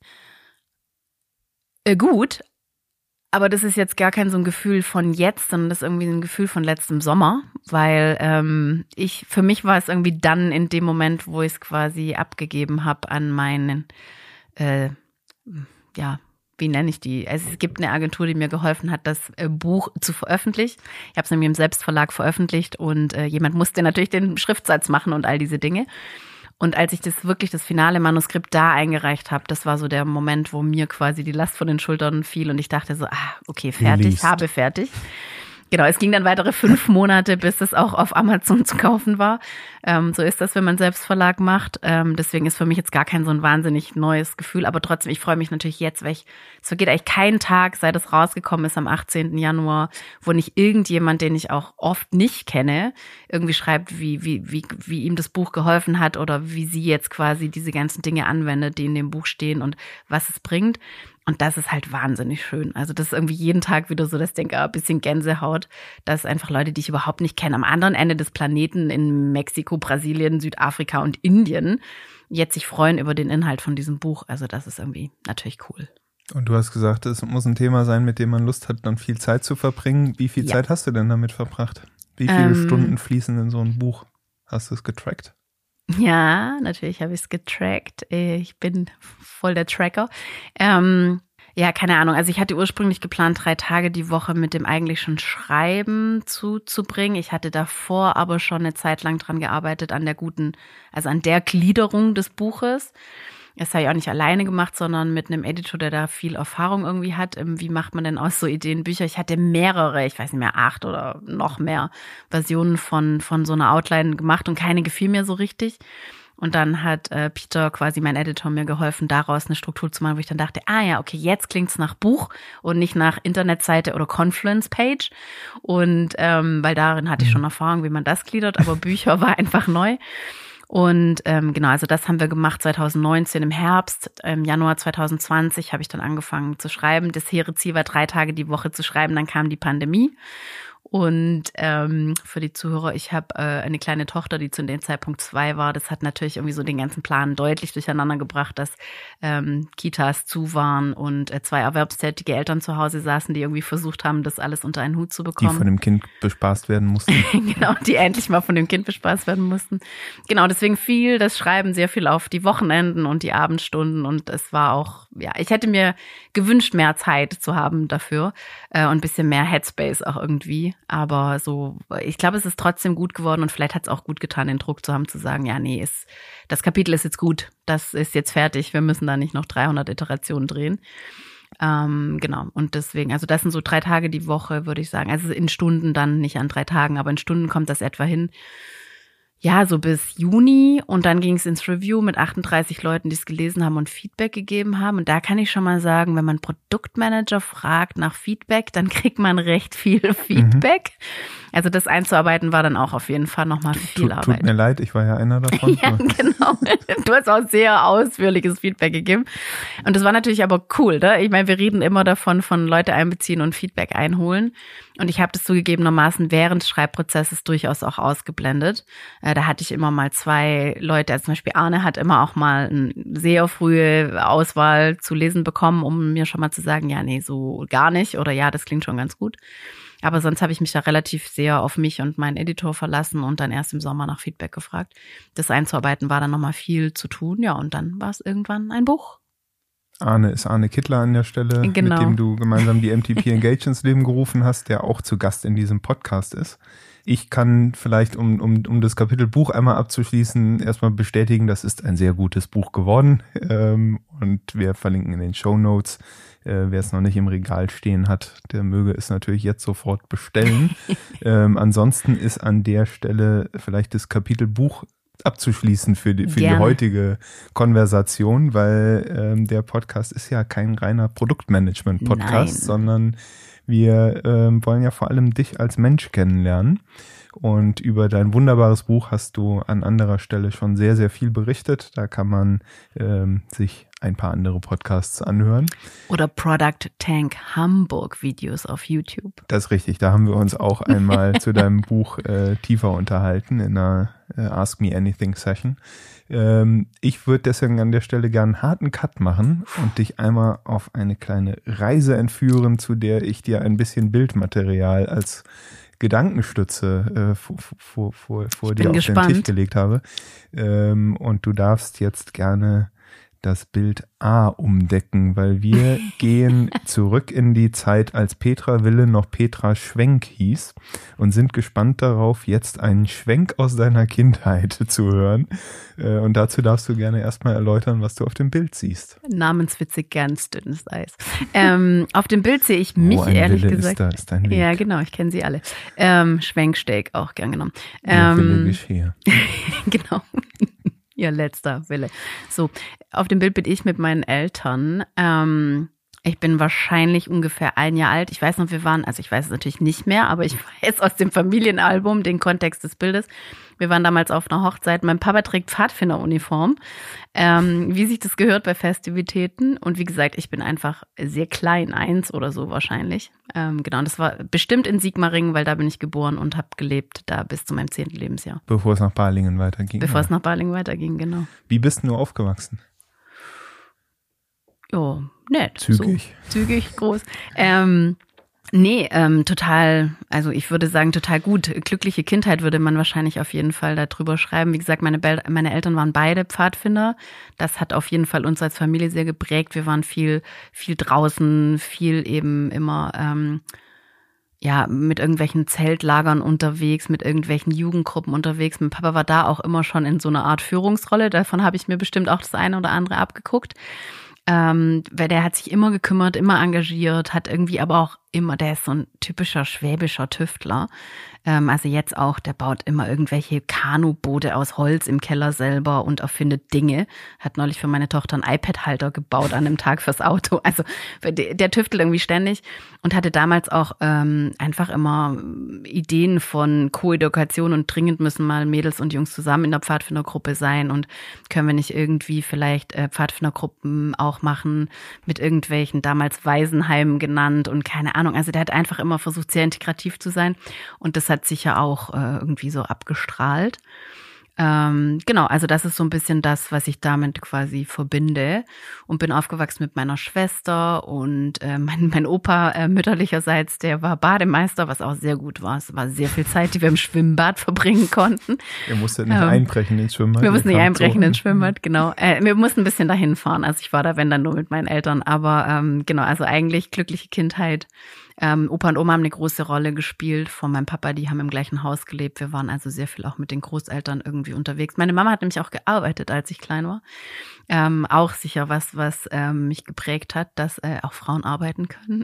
Äh, gut, aber das ist jetzt gar kein so ein Gefühl von jetzt, sondern das ist irgendwie ein Gefühl von letztem Sommer, weil ähm, ich, für mich war es irgendwie dann in dem Moment, wo ich es quasi abgegeben habe an meinen, äh, ja, wie nenne ich die? Also es gibt eine Agentur, die mir geholfen hat, das äh, Buch zu veröffentlichen. Ich habe es nämlich im Selbstverlag veröffentlicht und äh, jemand musste natürlich den Schriftsatz machen und all diese Dinge. Und als ich das wirklich, das finale Manuskript da eingereicht habe, das war so der Moment, wo mir quasi die Last von den Schultern fiel und ich dachte so, ah, okay, fertig, Liest. habe fertig. Genau, es ging dann weitere fünf Monate, bis es auch auf Amazon zu kaufen war. Ähm, so ist das, wenn man Selbstverlag macht. Ähm, deswegen ist für mich jetzt gar kein so ein wahnsinnig neues Gefühl. Aber trotzdem, ich freue mich natürlich jetzt, weil ich, es vergeht eigentlich kein Tag, seit es rausgekommen ist am achtzehnten Januar, wo nicht irgendjemand, den ich auch oft nicht kenne, irgendwie schreibt, wie, wie, wie, wie ihm das Buch geholfen hat oder wie sie jetzt quasi diese ganzen Dinge anwendet, die in dem Buch stehen und was es bringt. Und das ist halt wahnsinnig schön. Also das ist irgendwie jeden Tag wieder so, dass ich denke, ah, ein bisschen Gänsehaut. Das ist einfach Leute, die ich überhaupt nicht kenne. Am anderen Ende des Planeten in Mexiko, Brasilien, Südafrika und Indien jetzt sich freuen über den Inhalt von diesem Buch. Also das ist irgendwie natürlich cool. Und du hast gesagt, es muss ein Thema sein, mit dem man Lust hat, dann viel Zeit zu verbringen. Wie viel ja. Zeit hast du denn damit verbracht? Wie viele ähm, Stunden fließen in so ein Buch? Hast du es getrackt? Ja, natürlich habe ich es getrackt. Ich bin voll der Tracker. Ähm, ja, keine Ahnung. Also ich hatte ursprünglich geplant, drei Tage die Woche mit dem eigentlichen Schreiben zuzubringen. Ich hatte davor aber schon eine Zeit lang dran gearbeitet, an der guten, also an der Gliederung des Buches. Das habe ich auch nicht alleine gemacht, sondern mit einem Editor, der da viel Erfahrung irgendwie hat. Wie macht man denn aus so Ideen Bücher? Ich hatte mehrere, ich weiß nicht mehr, acht oder noch mehr Versionen von, von so einer Outline gemacht und keine gefiel mir so richtig. Und dann hat äh, Peter, quasi mein Editor, mir geholfen, daraus eine Struktur zu machen, wo ich dann dachte, ah ja, okay, jetzt klingt's nach Buch und nicht nach Internetseite oder Confluence-Page. Und ähm, weil darin hatte ich schon Erfahrung, wie man das gliedert, aber Bücher war einfach neu. Und ähm, genau, also das haben wir gemacht zwanzig neunzehn im Herbst. Im Januar zwanzig zwanzig habe ich dann angefangen zu schreiben. Das hehre Ziel war, drei Tage die Woche zu schreiben. Dann kam die Pandemie. Und ähm, für die Zuhörer, ich habe äh, eine kleine Tochter, die zu dem Zeitpunkt zwei war. Das hat natürlich irgendwie so den ganzen Plan deutlich durcheinander gebracht, dass ähm, Kitas zu waren und äh, zwei erwerbstätige Eltern zu Hause saßen, die irgendwie versucht haben, das alles unter einen Hut zu bekommen. Die von dem Kind bespaßt werden mussten. Genau, die endlich mal von dem Kind bespaßt werden mussten. Genau, deswegen fiel das Schreiben sehr viel auf die Wochenenden und die Abendstunden. Und es war auch, ja, ich hätte mir gewünscht, mehr Zeit zu haben dafür äh, und ein bisschen mehr Headspace auch irgendwie. Aber so, ich glaube, es ist trotzdem gut geworden und vielleicht hat es auch gut getan, den Druck zu haben, zu sagen, ja, nee, ist, das Kapitel ist jetzt gut, das ist jetzt fertig, wir müssen da nicht noch dreihundert Iterationen drehen. Ähm, genau, und deswegen, also das sind so drei Tage die Woche, würde ich sagen. Also in Stunden dann, nicht an drei Tagen, aber in Stunden kommt das etwa hin. Ja, so bis Juni und dann ging es ins Review mit achtunddreißig Leuten, die es gelesen haben und Feedback gegeben haben. Und da kann ich schon mal sagen, wenn man Produktmanager fragt nach Feedback, dann kriegt man recht viel Feedback. Mhm. Also das einzuarbeiten war dann auch auf jeden Fall nochmal viel tut, Arbeit. Tut mir leid, ich war ja einer davon. Ja, genau. Du hast auch sehr ausführliches Feedback gegeben. Und das war natürlich aber cool, ne? Ich meine, wir reden immer davon, von Leute einbeziehen und Feedback einholen. Und ich habe das zugegebenermaßen während des Schreibprozesses durchaus auch ausgeblendet. Äh, da hatte ich immer mal zwei Leute, also zum Beispiel Arne hat immer auch mal eine sehr frühe Auswahl zu lesen bekommen, um mir schon mal zu sagen, ja, nee, so gar nicht oder ja, das klingt schon ganz gut. Aber sonst habe ich mich da relativ sehr auf mich und meinen Editor verlassen und dann erst im Sommer nach Feedback gefragt. Das einzuarbeiten war dann nochmal viel zu tun, ja, und dann war es irgendwann ein Buch. Arne ist Arne Kittler an der Stelle, genau. Mit dem du gemeinsam die M T P Engage ins Leben gerufen hast, der auch zu Gast in diesem Podcast ist. Ich kann vielleicht, um, um, um das Kapitel Buch einmal abzuschließen, erstmal bestätigen, das ist ein sehr gutes Buch geworden. Ähm, und wir verlinken in den Shownotes. Äh, wer es noch nicht im Regal stehen hat, der möge es natürlich jetzt sofort bestellen. ähm, ansonsten ist an der Stelle vielleicht das Kapitel Buch abzuschließen für die, für die heutige Konversation, weil ähm, der Podcast ist ja kein reiner Produktmanagement-Podcast, sondern wir ähm, wollen ja vor allem dich als Mensch kennenlernen. Und über dein wunderbares Buch hast du an anderer Stelle schon sehr, sehr viel berichtet. Da kann man ähm, sich ein paar andere Podcasts anhören. Oder Product Tank Hamburg Videos auf YouTube. Das ist richtig. Da haben wir uns auch einmal zu deinem Buch äh, tiefer unterhalten in einer äh, Ask Me Anything Session. Ähm, ich würde deswegen an der Stelle gerne einen harten Cut machen und dich einmal auf eine kleine Reise entführen, zu der ich dir ein bisschen Bildmaterial als Gedankenstütze äh, vor, vor, vor, vor dir auf gespannt. den Tisch gelegt habe. Ähm, und du darfst jetzt gerne das Bild A umdecken, weil wir gehen zurück in die Zeit, als Petra Wille noch Petra Schwenk hieß und sind gespannt darauf, jetzt einen Schwenk aus deiner Kindheit zu hören. Und dazu darfst du gerne erstmal erläutern, was du auf dem Bild siehst. Namenswitzig, ganz dünnes Eis. Ähm, auf dem Bild sehe ich mich, oh, ein ehrlich Wille gesagt. Ist da, ist dein Weg. Ja, genau, ich kenne sie alle. Ähm, Schwenksteak auch gern genommen. Ähm, Wille ähm, geschehe. Genau. Ihr letzter Wille. So, auf dem Bild bin ich mit meinen Eltern. Ähm, ich bin wahrscheinlich ungefähr ein Jahr alt. Ich weiß noch, wir waren, also ich weiß es natürlich nicht mehr, aber ich weiß aus dem Familienalbum den Kontext des Bildes. Wir waren damals auf einer Hochzeit. Mein Papa trägt Pfadfinderuniform, ähm, wie sich das gehört bei Festivitäten. Und wie gesagt, ich bin einfach sehr klein, eins oder so wahrscheinlich. Ähm, genau, und das war bestimmt in Sigmaringen, weil da bin ich geboren und habe gelebt, da bis zu meinem zehnten Lebensjahr. Bevor es nach Balingen weiterging. Bevor ja. es nach Balingen weiterging, genau. Wie bist du aufgewachsen? Ja, nett. Zügig. So, zügig, groß. Ähm, Nee, ähm, total, also ich würde sagen, total gut. Glückliche Kindheit würde man wahrscheinlich auf jeden Fall darüber schreiben. Wie gesagt, meine, Be- meine Eltern waren beide Pfadfinder. Das hat auf jeden Fall uns als Familie sehr geprägt. Wir waren viel, viel draußen, viel eben immer ähm, ja mit irgendwelchen Zeltlagern unterwegs, mit irgendwelchen Jugendgruppen unterwegs. Mein Papa war da auch immer schon in so einer Art Führungsrolle. Davon habe ich mir bestimmt auch das eine oder andere abgeguckt. Ähm, weil der hat sich immer gekümmert, immer engagiert, hat irgendwie aber auch immer, der ist so ein typischer schwäbischer Tüftler. Ähm, also jetzt auch, der baut immer irgendwelche Kanuboote aus Holz im Keller selber und erfindet Dinge. Hat neulich für meine Tochter einen iPad-Halter gebaut an einem Tag fürs Auto. Also der, der tüftelt irgendwie ständig und hatte damals auch ähm, einfach immer Ideen von Koedukation und dringend müssen mal Mädels und Jungs zusammen in der Pfadfindergruppe sein und können wir nicht irgendwie vielleicht äh, Pfadfindergruppen auch machen mit irgendwelchen damals Waisenheimen genannt und keine Ahnung. Also der hat einfach immer versucht, sehr integrativ zu sein und das hat sicher auch äh, irgendwie so abgestrahlt. Ähm, genau, also das ist so ein bisschen das, was ich damit quasi verbinde und bin aufgewachsen mit meiner Schwester und äh, mein, mein Opa äh, mütterlicherseits, der war Bademeister, was auch sehr gut war. Es war sehr viel Zeit, die wir im Schwimmbad verbringen konnten. Ihr musstet nicht ähm, einbrechen ins Schwimmbad. Wir mussten nicht einbrechen so ins Schwimmbad, genau. Äh, wir mussten ein bisschen dahin fahren, also ich war da, wenn dann nur mit meinen Eltern, aber ähm, genau, also eigentlich glückliche Kindheit. Ähm, Opa und Oma haben eine große Rolle gespielt von meinem Papa, die haben im gleichen Haus gelebt. Wir waren also sehr viel auch mit den Großeltern irgendwie unterwegs. Meine Mama hat nämlich auch gearbeitet, als ich klein war. Ähm, auch sicher was, was ähm, mich geprägt hat, dass äh, auch Frauen arbeiten können.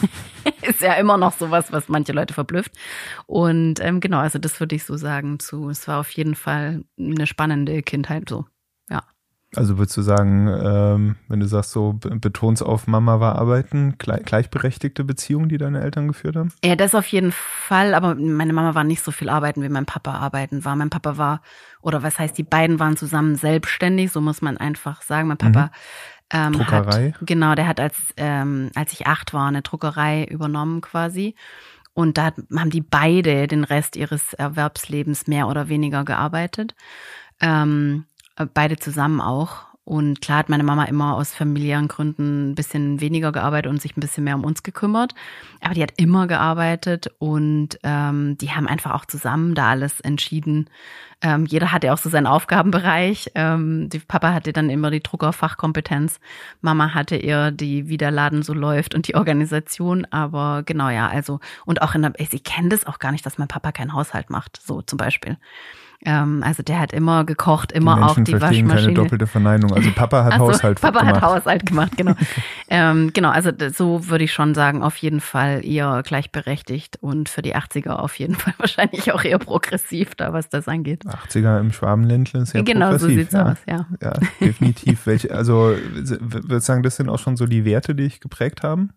Ist ja immer noch sowas, was manche Leute verblüfft. Und ähm, genau, also das würde ich so sagen zu, es war auf jeden Fall eine spannende Kindheit so, ja. Also würdest du sagen, ähm, wenn du sagst, so betonst auf Mama war arbeiten, gleich, gleichberechtigte Beziehungen, die deine Eltern geführt haben? Ja, das auf jeden Fall, aber meine Mama war nicht so viel arbeiten, wie mein Papa arbeiten war. Mein Papa war, oder was heißt, die beiden waren zusammen selbstständig, so muss man einfach sagen. Mein Papa mhm. ähm, Druckerei? Hat, genau, der hat, als, ähm, als ich acht war, eine Druckerei übernommen quasi. Und da haben die beide den Rest ihres Erwerbslebens mehr oder weniger gearbeitet. Ähm, Beide zusammen auch. Und klar hat meine Mama immer aus familiären Gründen ein bisschen weniger gearbeitet und sich ein bisschen mehr um uns gekümmert. Aber die hat immer gearbeitet und ähm, die haben einfach auch zusammen da alles entschieden. Ähm, jeder hatte auch so seinen Aufgabenbereich. Ähm, die Papa hatte dann immer die Druckerfachkompetenz. Mama hatte eher die, wie der Laden so läuft und die Organisation. Aber genau, ja, also und auch in der, sie kennen das auch gar nicht, dass mein Papa keinen Haushalt macht, so zum Beispiel. Ähm, also der hat immer gekocht, immer die auch die verstehen Waschmaschine. Keine doppelte Verneinung. Also Papa hat Ach so, Haushalt Papa gemacht. Papa hat Haushalt gemacht, genau. ähm, genau, also so würde ich schon sagen, auf jeden Fall eher gleichberechtigt und für die achtziger auf jeden Fall wahrscheinlich auch eher progressiv, da was das angeht. achtziger im Schwabenländle ist ja genau, progressiv. Genau, so sieht's ja. aus, ja. Ja, definitiv. Welche, also würde ich sagen, das sind auch schon so die Werte, die dich geprägt haben?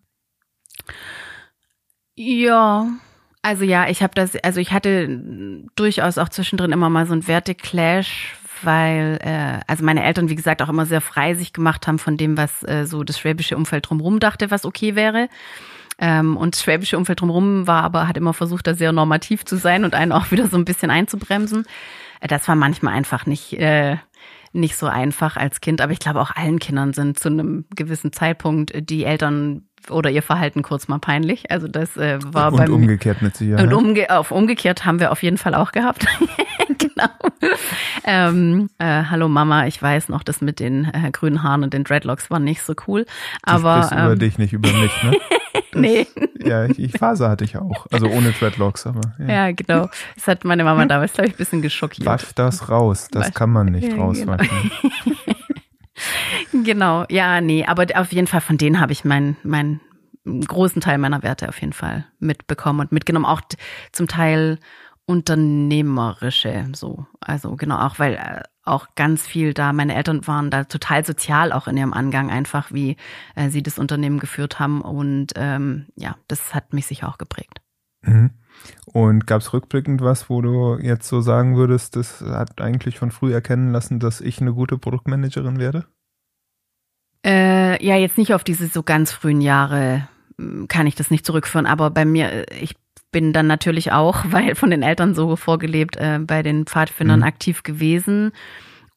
Ja, also ja, ich habe das, also ich hatte durchaus auch zwischendrin immer mal so einen Werteclash, weil äh, also meine Eltern, wie gesagt, auch immer sehr frei sich gemacht haben von dem, was äh, so das schwäbische Umfeld drumherum dachte, was okay wäre. Ähm, und das schwäbische Umfeld drumherum war aber, hat immer versucht, da sehr normativ zu sein und einen auch wieder so ein bisschen einzubremsen. Äh, das war manchmal einfach nicht äh, nicht so einfach als Kind, aber ich glaube auch allen Kindern sind zu einem gewissen Zeitpunkt die Eltern oder ihr Verhalten kurz mal peinlich. Also das äh, war und bei mir. Und umgekehrt mit Sicherheit. Und umge auf umgekehrt haben wir auf jeden Fall auch gehabt. Genau. Ähm, äh, hallo Mama, ich weiß noch, das mit den äh, grünen Haaren und den Dreadlocks war nicht so cool. Aber du sprichst ähm, über dich, nicht über mich, ne? Das, nee. Ja, ich, ich Phase hatte ich auch. Also ohne Dreadlocks, aber. Ja, ja genau. Das hat meine Mama damals, glaube ich, ein bisschen geschockiert. Wasch das raus. Das Wasch. Kann man nicht ja, rauswaschen. Genau. Genau, ja, nee, aber auf jeden Fall von denen habe ich meinen mein großen Teil meiner Werte auf jeden Fall mitbekommen und mitgenommen, auch zum Teil unternehmerische, so, also genau, auch weil äh, auch ganz viel da, meine Eltern waren da total sozial auch in ihrem Angang einfach, wie äh, sie das Unternehmen geführt haben und ähm, ja, das hat mich sicher auch geprägt. Mhm. Und gab es rückblickend was, wo du jetzt so sagen würdest, das hat eigentlich von früh erkennen lassen, dass ich eine gute Produktmanagerin werde? Äh, ja, jetzt nicht auf diese so ganz frühen Jahre kann ich das nicht zurückführen, aber bei mir, ich bin dann natürlich auch, weil von den Eltern so vorgelebt, äh, bei den Pfadfindern mhm. aktiv gewesen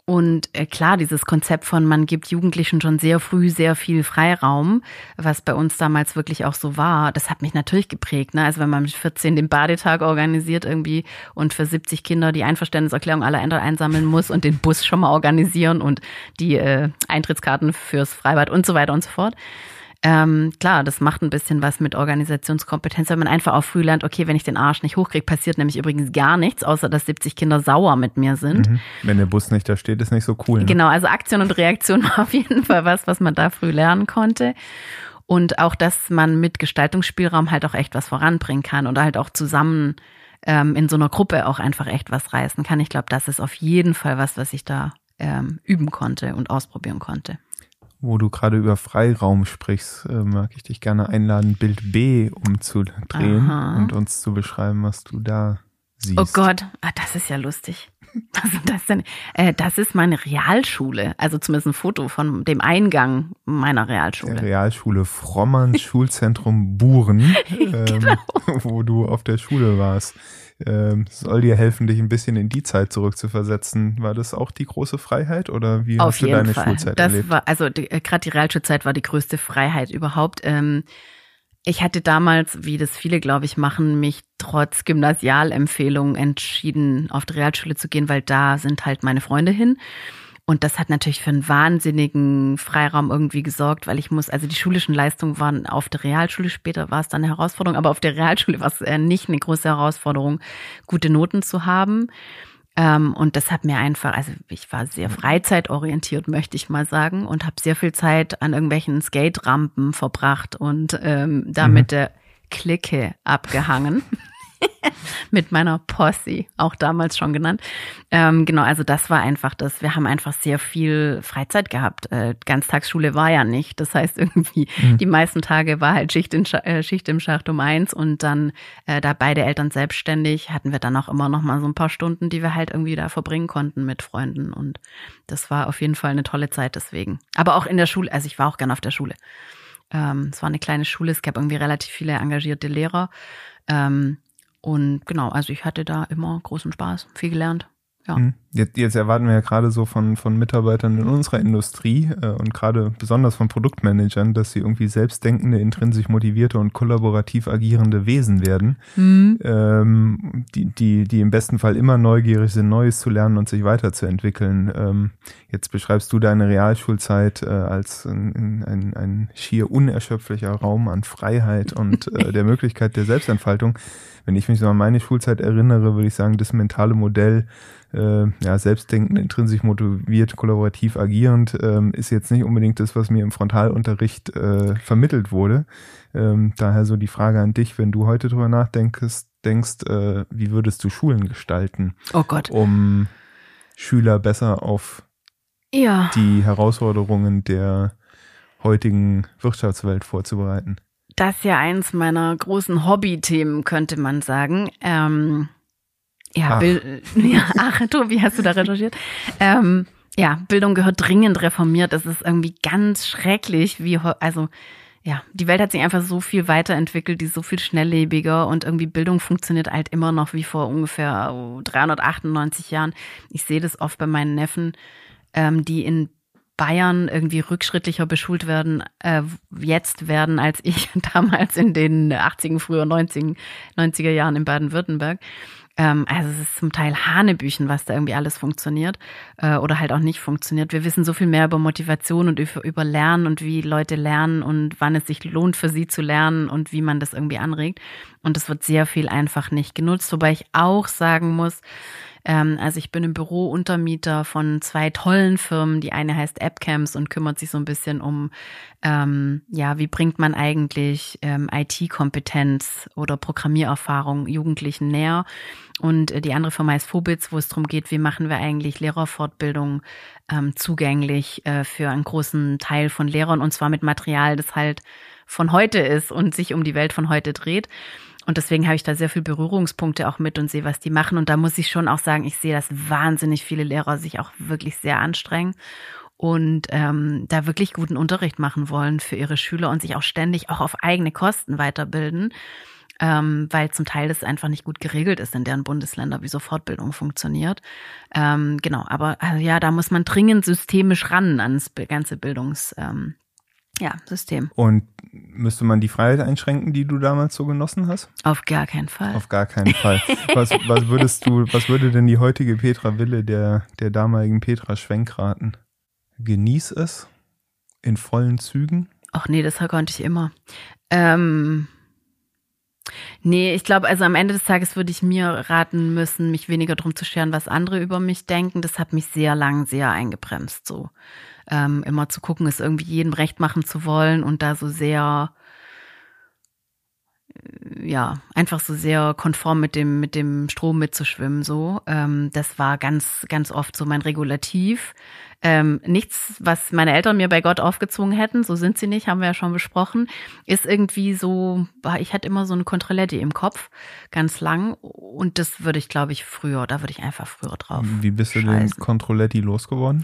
Und äh, klar, dieses Konzept von, man gibt Jugendlichen schon sehr früh sehr viel Freiraum, was bei uns damals wirklich auch so war, das hat mich natürlich geprägt. Ne? Also wenn man mit vierzehn den Badetag organisiert irgendwie und für siebzig Kinder die Einverständniserklärung aller Eltern einsammeln muss und den Bus schon mal organisieren und die äh, Eintrittskarten fürs Freibad und so weiter und so fort. Ähm, klar, das macht ein bisschen was mit Organisationskompetenz, wenn man einfach auch früh lernt, okay, wenn ich den Arsch nicht hochkriege, passiert nämlich übrigens gar nichts, außer dass siebzig Kinder sauer mit mir sind. Mhm. Wenn der Bus nicht da steht, ist nicht so cool. Ne? Genau, also Aktion und Reaktion war auf jeden Fall was, was man da früh lernen konnte. Und auch, dass man mit Gestaltungsspielraum halt auch echt was voranbringen kann und halt auch zusammen ähm, in so einer Gruppe auch einfach echt was reißen kann. Ich glaube, das ist auf jeden Fall was, was ich da ähm, üben konnte und ausprobieren konnte. Wo du gerade über Freiraum sprichst, äh, mag ich dich gerne einladen, Bild B umzudrehen Aha. und uns zu beschreiben, was du da siehst. Oh Gott, ah, das ist ja lustig. Was ist das denn? Äh, das ist meine Realschule, also zumindest ein Foto von dem Eingang meiner Realschule. Der Realschule Frommerns Schulzentrum Buren, ähm, genau. wo du auf der Schule warst. Ähm, soll dir helfen, dich ein bisschen in die Zeit zurückzuversetzen. War das auch die große Freiheit oder wie Auf hast du jeden deine Fall. Schulzeit das erlebt? War, also gerade die Realschulzeit war die größte Freiheit überhaupt. Ähm, ich hatte damals, wie das viele, glaube ich, machen, mich trotz Gymnasialempfehlungen entschieden, auf die Realschule zu gehen, weil da sind halt meine Freunde hin. Und das hat natürlich für einen wahnsinnigen Freiraum irgendwie gesorgt, weil ich muss, also die schulischen Leistungen waren auf der Realschule, später war es dann eine Herausforderung, aber auf der Realschule war es nicht eine große Herausforderung, gute Noten zu haben. Und das hat mir einfach, also ich war sehr freizeitorientiert, möchte ich mal sagen, und habe sehr viel Zeit an irgendwelchen Skate-Rampen verbracht und ähm, da mhm. mit der Clique abgehangen. Mit meiner Posse, auch damals schon genannt. Ähm, genau, also das war einfach das. Wir haben einfach sehr viel Freizeit gehabt. Äh, Ganztagsschule war ja nicht. Das heißt irgendwie, mhm. die meisten Tage war halt Schicht, in Scha- äh, Schicht im Schacht um eins und dann, äh, da beide Eltern selbstständig, hatten wir dann auch immer noch mal so ein paar Stunden, die wir halt irgendwie da verbringen konnten mit Freunden und das war auf jeden Fall eine tolle Zeit deswegen. Aber auch in der Schule, also ich war auch gern auf der Schule. Ähm, es war eine kleine Schule, es gab irgendwie relativ viele engagierte Lehrer. Ähm, Und genau, also ich hatte da immer großen Spaß, viel gelernt. Ja. Jetzt, jetzt erwarten wir ja gerade so von, von Mitarbeitern in unserer Industrie äh, und gerade besonders von Produktmanagern, dass sie irgendwie selbstdenkende, intrinsisch motivierte und kollaborativ agierende Wesen werden, mhm. ähm, die, die, die im besten Fall immer neugierig sind, Neues zu lernen und sich weiterzuentwickeln. Ähm, jetzt beschreibst du deine Realschulzeit äh, als ein, ein, ein schier unerschöpflicher Raum an Freiheit und äh, der Möglichkeit der Selbstentfaltung. Wenn ich mich so an meine Schulzeit erinnere, würde ich sagen, das mentale Modell, äh, ja, selbstdenkend, intrinsisch motiviert, kollaborativ agierend, ähm, ist jetzt nicht unbedingt das, was mir im Frontalunterricht äh, vermittelt wurde. Ähm, daher so die Frage an dich, wenn du heute drüber nachdenkst, denkst, äh, wie würdest du Schulen gestalten? Oh Gott. Um Schüler besser auf ja. die Herausforderungen der heutigen Wirtschaftswelt vorzubereiten? Das ist ja eins meiner großen Hobbythemen, könnte man sagen. Ähm, ja, ach. Bil- ja, ach, Tobi, hast du da recherchiert? Ähm, ja, Bildung gehört dringend reformiert. Das ist irgendwie ganz schrecklich, wie, also, ja, die Welt hat sich einfach so viel weiterentwickelt, die ist so viel schnelllebiger und irgendwie Bildung funktioniert halt immer noch wie vor ungefähr oh, dreihundertachtundneunzig Jahren. Ich sehe das oft bei meinen Neffen, ähm, die in Bayern irgendwie rückschrittlicher beschult werden, äh, jetzt werden, als ich damals in den achtziger, früher neunziger Jahren in Baden-Württemberg. Ähm, also es ist zum Teil Hanebüchen, was da irgendwie alles funktioniert äh, oder halt auch nicht funktioniert. Wir wissen so viel mehr über Motivation und über, über Lernen und wie Leute lernen und wann es sich lohnt für sie zu lernen und wie man das irgendwie anregt. Und es wird sehr viel einfach nicht genutzt, wobei ich auch sagen muss, also ich bin im Büro Untermieter von zwei tollen Firmen. Die eine heißt AppCamps und kümmert sich so ein bisschen um, ähm, ja, wie bringt man eigentlich ähm, I T-Kompetenz oder Programmiererfahrung Jugendlichen näher. Und die andere Firma heißt Phobitz, wo es darum geht, wie machen wir eigentlich Lehrerfortbildung ähm, zugänglich äh, für einen großen Teil von Lehrern und zwar mit Material, das halt von heute ist und sich um die Welt von heute dreht. Und deswegen habe ich da sehr viel Berührungspunkte auch mit und sehe, was die machen. Und da muss ich schon auch sagen, ich sehe, dass wahnsinnig viele Lehrer sich auch wirklich sehr anstrengen und ähm, da wirklich guten Unterricht machen wollen für ihre Schüler und sich auch ständig auch auf eigene Kosten weiterbilden. ähm, weil zum Teil das einfach nicht gut geregelt ist in deren Bundesländer, wie so Fortbildung funktioniert. Ähm, genau, aber also ja, da muss man dringend systemisch ran ans ganze Bildungs ähm, ja, System. Und müsste man die Freiheit einschränken, die du damals so genossen hast? Auf gar keinen Fall. Auf gar keinen Fall. Was, was würdest du, was würde denn die heutige Petra Wille der, der damaligen Petra Schwenk raten? Genieß es in vollen Zügen? Ach nee, das konnte ich immer. Ähm, nee, ich glaube, also am Ende des Tages würde ich mir raten müssen, mich weniger drum zu scheren, was andere über mich denken. Das hat mich sehr lang sehr eingebremst, so. Ähm, immer zu gucken, es irgendwie jedem recht machen zu wollen und da so sehr, ja, einfach so sehr konform mit dem, mit dem Strom mitzuschwimmen, so. Ähm, das war ganz, ganz oft so mein Regulativ. Ähm, nichts, was meine Eltern mir bei Gott aufgezwungen hätten, so sind sie nicht, haben wir ja schon besprochen, ist irgendwie so, ich hatte immer so eine Controlletti im Kopf, ganz lang, und das würde ich, glaube ich, früher, da würde ich einfach früher drauf Wie bist du scheißen. den Controlletti losgeworden?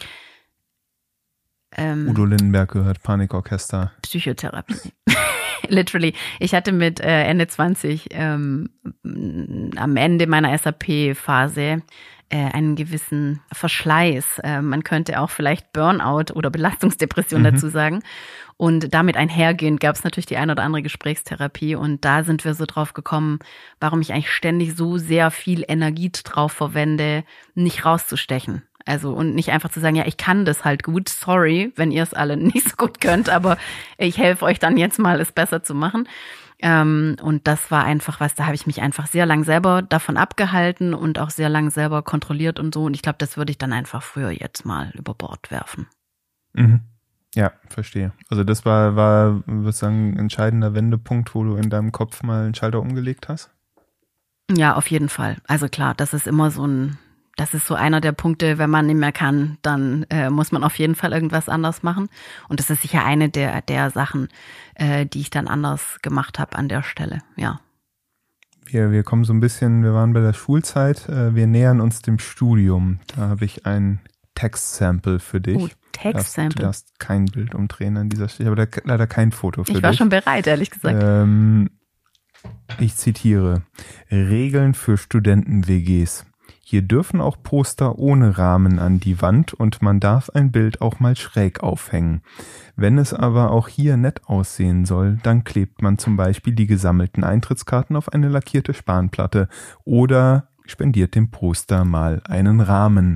Ähm, Udo Lindenberg gehört, Panikorchester. Psychotherapie. Literally. Ich hatte mit äh, Ende zwanzig ähm, am Ende meiner S A P-Phase äh, einen gewissen Verschleiß. Äh, man könnte auch vielleicht Burnout oder Belastungsdepression Mhm. dazu sagen. Und damit einhergehend gab es natürlich die ein oder andere Gesprächstherapie. Und da sind wir so drauf gekommen, warum ich eigentlich ständig so sehr viel Energie drauf verwende, nicht rauszustechen. Also und nicht einfach zu sagen, ja, ich kann das halt gut, sorry, wenn ihr es alle nicht so gut könnt, aber ich helfe euch dann jetzt mal, es besser zu machen. Ähm, und das war einfach was, da habe ich mich einfach sehr lang selber davon abgehalten und auch sehr lang selber kontrolliert und so. Und ich glaube, das würde ich dann einfach früher jetzt mal über Bord werfen. Mhm. Ja, verstehe. Also das war, war, würde ich sagen, ein entscheidender Wendepunkt, wo du in deinem Kopf mal einen Schalter umgelegt hast? Ja, auf jeden Fall. Also klar, das ist immer so ein Das ist so einer der Punkte, wenn man nicht mehr kann, dann äh, muss man auf jeden Fall irgendwas anders machen. Und das ist sicher eine der, der Sachen, äh, die ich dann anders gemacht habe an der Stelle, ja. Wir, wir kommen so ein bisschen, wir waren bei der Schulzeit, äh, wir nähern uns dem Studium. Da habe ich ein Textsample für dich. Oh, Textsample. Du darfst kein Bild umdrehen an dieser Stelle, aber da, leider kein Foto für dich. Ich war schon bereit, ehrlich gesagt. Ähm, ich zitiere: Regeln für Studenten-W Gs. Hier dürfen auch Poster ohne Rahmen an die Wand und man darf ein Bild auch mal schräg aufhängen. Wenn es aber auch hier nett aussehen soll, dann klebt man zum Beispiel die gesammelten Eintrittskarten auf eine lackierte Spanplatte oder spendiert dem Poster mal einen Rahmen.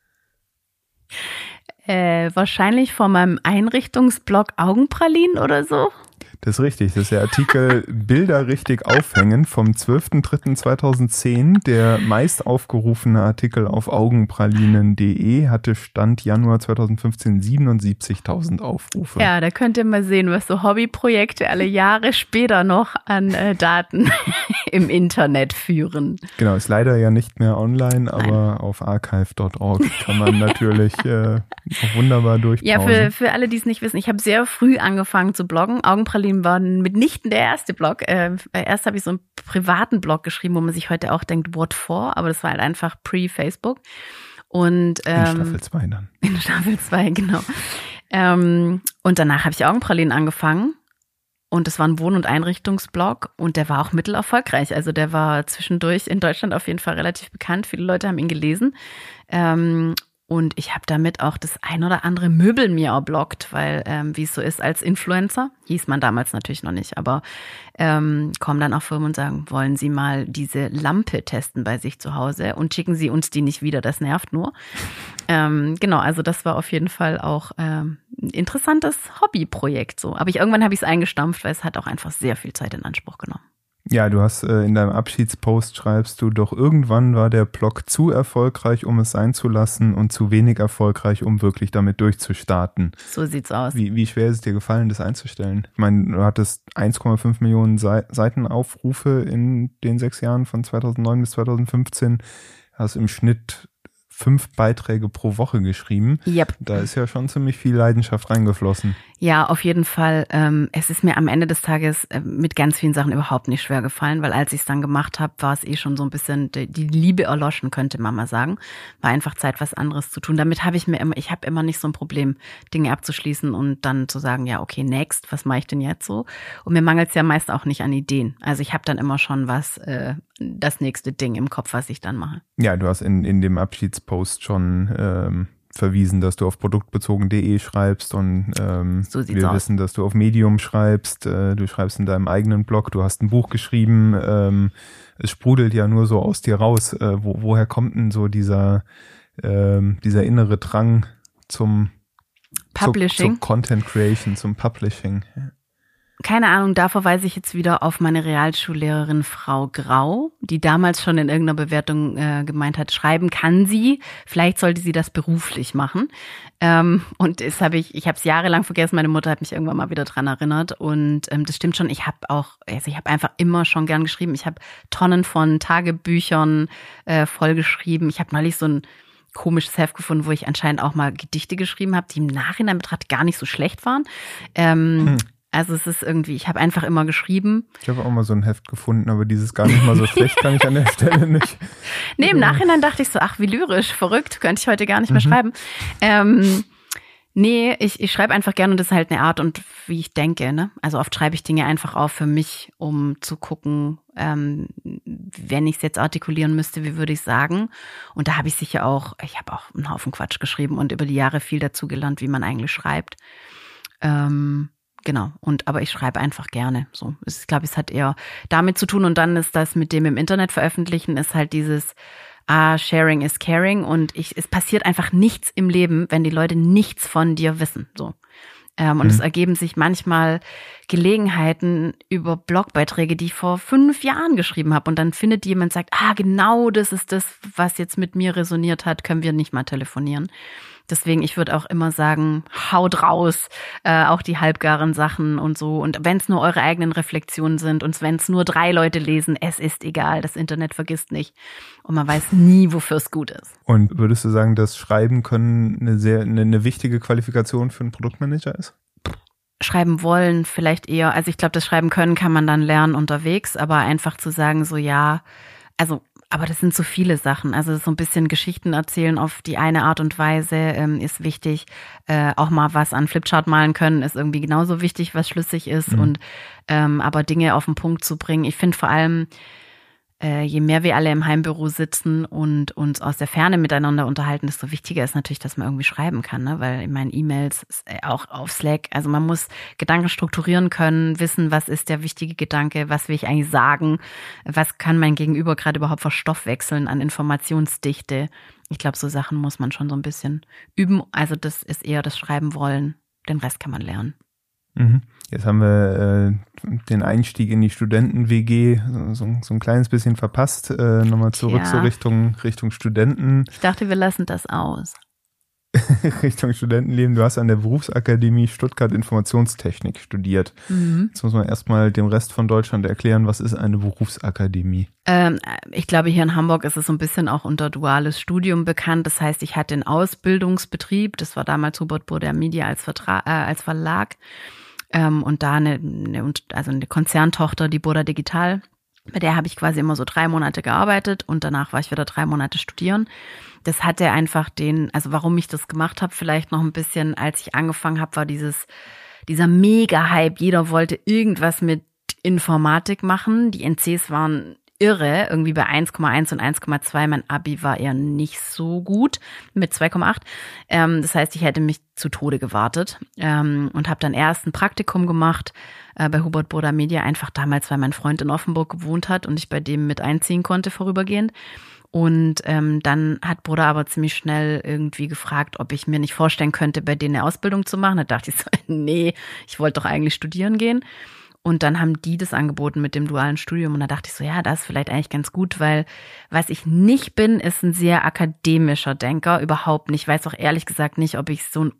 Äh, wahrscheinlich von meinem Einrichtungsblog Augenpralinen oder so. Das ist richtig. Das ist der Artikel Bilder richtig aufhängen vom zwölfter dritter zweitausendzehn. Der meist aufgerufene Artikel auf augenpralinen punkt de hatte Stand Januar zweitausendfünfzehn siebenundsiebzigtausend Aufrufe. Ja, da könnt ihr mal sehen, was so Hobbyprojekte alle Jahre später noch an äh, Daten im Internet führen. Genau, ist leider ja nicht mehr online, aber Nein. auf archive punkt org kann man natürlich äh, auch wunderbar durchpausen. Ja, für, für alle, die es nicht wissen, ich habe sehr früh angefangen zu bloggen. Augenpralinen war mitnichten der erste Blog. Äh, erst habe ich so einen privaten Blog geschrieben, wo man sich heute auch denkt, what for? Aber das war halt einfach pre-Facebook. Und, ähm, in Staffel zwei dann. In Staffel zwei, genau. Ähm, und danach habe ich Augenpralinen angefangen. Und das war ein Wohn- und Einrichtungsblog und der war auch mittelerfolgreich. Also der war zwischendurch in Deutschland auf jeden Fall relativ bekannt. Viele Leute haben ihn gelesen. Ähm, Und ich habe damit auch das ein oder andere Möbel mir erblockt, weil ähm, wie es so ist als Influencer, hieß man damals natürlich noch nicht, aber ähm, kommen dann auch Firmen und sagen, wollen Sie mal diese Lampe testen bei sich zu Hause und schicken Sie uns die nicht wieder, das nervt nur. Ähm, genau, also das war auf jeden Fall auch ähm, ein interessantes Hobbyprojekt so. Aber ich, irgendwann habe ich es eingestampft, weil es hat auch einfach sehr viel Zeit in Anspruch genommen. Ja, du hast äh, in deinem Abschiedspost schreibst du, doch irgendwann war der Blog zu erfolgreich, um es sein zu lassen und zu wenig erfolgreich, um wirklich damit durchzustarten. So sieht's aus. Wie, wie schwer ist es dir gefallen, das einzustellen? Ich meine, du hattest eins Komma fünf Millionen Se- Seitenaufrufe in den sechs Jahren von zweitausendneun bis zweitausendfünfzehn, hast im Schnitt fünf Beiträge pro Woche geschrieben. Yep. Da ist ja schon ziemlich viel Leidenschaft reingeflossen. Ja, auf jeden Fall. Ähm, es ist mir am Ende des Tages äh, mit ganz vielen Sachen überhaupt nicht schwer gefallen, weil als ich es dann gemacht habe, war es eh schon so ein bisschen, die, die Liebe erloschen, könnte man mal sagen. War einfach Zeit, was anderes zu tun. Damit habe ich mir immer, ich habe immer nicht so ein Problem, Dinge abzuschließen und dann zu sagen, ja, okay, next, was mache ich denn jetzt so? Und mir mangelt es ja meist auch nicht an Ideen. Also ich habe dann immer schon was, äh, das nächste Ding im Kopf, was ich dann mache. Ja, du hast in, in dem Abschiedspost schon ähm verwiesen, dass du auf produktbezogen punkt de schreibst und ähm, so wir aus. wissen, dass du auf Medium schreibst, äh, du schreibst in deinem eigenen Blog, du hast ein Buch geschrieben, ähm, es sprudelt ja nur so aus dir raus. Äh, wo, woher kommt denn so dieser, ähm, dieser innere Drang zum Publishing? Zu, zu Content Creation, zum Publishing? Keine Ahnung, da verweise ich jetzt wieder auf meine Realschullehrerin Frau Grau, die damals schon in irgendeiner Bewertung äh, gemeint hat, schreiben kann sie, vielleicht sollte sie das beruflich machen. Ähm, und das habe ich, ich habe es jahrelang vergessen, meine Mutter hat mich irgendwann mal wieder dran erinnert und ähm, das stimmt schon, ich habe auch, also ich habe einfach immer schon gern geschrieben, ich habe Tonnen von Tagebüchern äh, vollgeschrieben, ich habe neulich so ein komisches Heft gefunden, wo ich anscheinend auch mal Gedichte geschrieben habe, die im Nachhinein betrachtet gar nicht so schlecht waren. Ähm, hm. Also es ist irgendwie, ich habe einfach immer geschrieben. Ich habe auch mal so ein Heft gefunden, aber dieses gar nicht mal so schlecht kann ich an der Stelle nicht. Nee, im Nachhinein dachte ich so, ach wie lyrisch, verrückt, könnte ich heute gar nicht mehr mhm. schreiben. Ähm, nee, ich, ich schreibe einfach gerne und das ist halt eine Art und wie ich denke. Ne? Also oft schreibe ich Dinge einfach auf für mich, um zu gucken, ähm, wenn ich es jetzt artikulieren müsste, wie würde ich sagen. Und da habe ich sicher auch, ich habe auch einen Haufen Quatsch geschrieben und über die Jahre viel dazu gelernt, wie man eigentlich schreibt. Ähm, Genau, und aber ich schreibe einfach gerne. So, ich glaube, es hat eher damit zu tun und dann ist das mit dem im Internet veröffentlichen, ist halt dieses ah, Sharing is Caring und ich, es passiert einfach nichts im Leben, wenn die Leute nichts von dir wissen. So. Ähm, und mhm. es ergeben sich manchmal Gelegenheiten über Blogbeiträge, die ich vor fünf Jahren geschrieben habe. Und dann findet jemand, sagt, ah, genau das ist das, was jetzt mit mir resoniert hat, können wir nicht mal telefonieren. Deswegen, ich würde auch immer sagen, haut raus, äh, auch die halbgaren Sachen und so. Und wenn es nur eure eigenen Reflexionen sind und wenn es nur drei Leute lesen, es ist egal, das Internet vergisst nicht. Und man weiß nie, wofür es gut ist. Und würdest du sagen, dass Schreiben können eine sehr eine, eine wichtige Qualifikation für einen Produktmanager ist? Schreiben wollen vielleicht eher. Also ich glaube, das Schreiben können kann man dann lernen unterwegs, aber einfach zu sagen, so ja, also aber das sind so viele Sachen. Also so ein bisschen Geschichten erzählen auf die eine Art und Weise ähm, ist wichtig. Äh, auch mal was an Flipchart malen können ist irgendwie genauso wichtig, was schlüssig ist. Mhm. Und ähm, aber Dinge auf den Punkt zu bringen. Ich finde vor allem, äh, je mehr wir alle im Heimbüro sitzen und uns aus der Ferne miteinander unterhalten, desto wichtiger ist natürlich, dass man irgendwie schreiben kann, ne? Weil in meinen E-Mails, auch auf Slack, also man muss Gedanken strukturieren können, wissen, was ist der wichtige Gedanke, was will ich eigentlich sagen, was kann mein Gegenüber gerade überhaupt verstoffwechseln an Informationsdichte. Ich glaube, so Sachen muss man schon so ein bisschen üben. Also das ist eher das Schreiben wollen, den Rest kann man lernen. Mhm. Jetzt haben wir äh, den Einstieg in die Studenten-W G so, so ein kleines bisschen verpasst. Äh, nochmal zurück ja. so Richtung, Richtung Studenten. Ich dachte, wir lassen das aus. Richtung Studentenleben. Du hast an der Berufsakademie Stuttgart Informationstechnik studiert. Mhm. Jetzt muss man erstmal dem Rest von Deutschland erklären, was ist eine Berufsakademie? Ähm, ich glaube, hier in Hamburg ist es so ein bisschen auch unter duales Studium bekannt. Das heißt, ich hatte einen Ausbildungsbetrieb. Das war damals Hubert Burda Media als, Vertra- äh, als Verlag. Ähm, und da eine, eine, also eine Konzerntochter, die Burda Digital. Bei der habe ich quasi immer so drei Monate gearbeitet und danach war ich wieder drei Monate studieren. Das hatte einfach den, also warum ich das gemacht habe, vielleicht noch ein bisschen, als ich angefangen habe, war dieses, dieser Mega-Hype. Jeder wollte irgendwas mit Informatik machen. Die N Cs waren irre, irgendwie bei eins Komma eins und eins Komma zwei. Mein Abi war eher nicht so gut mit zwei Komma acht. Ähm, das heißt, ich hätte mich zu Tode gewartet ähm, und habe dann erst ein Praktikum gemacht äh, bei Hubert Burda Media, einfach damals, weil mein Freund in Offenburg gewohnt hat und ich bei dem mit einziehen konnte vorübergehend. Und ähm, dann hat Burda aber ziemlich schnell irgendwie gefragt, ob ich mir nicht vorstellen könnte, bei denen eine Ausbildung zu machen. Da dachte ich so, nee, ich wollte doch eigentlich studieren gehen. Und dann haben die das angeboten mit dem dualen Studium. Und da dachte ich so, ja, das ist vielleicht eigentlich ganz gut, weil was ich nicht bin, ist ein sehr akademischer Denker. Überhaupt nicht. Ich weiß auch ehrlich gesagt nicht, ob ich so ein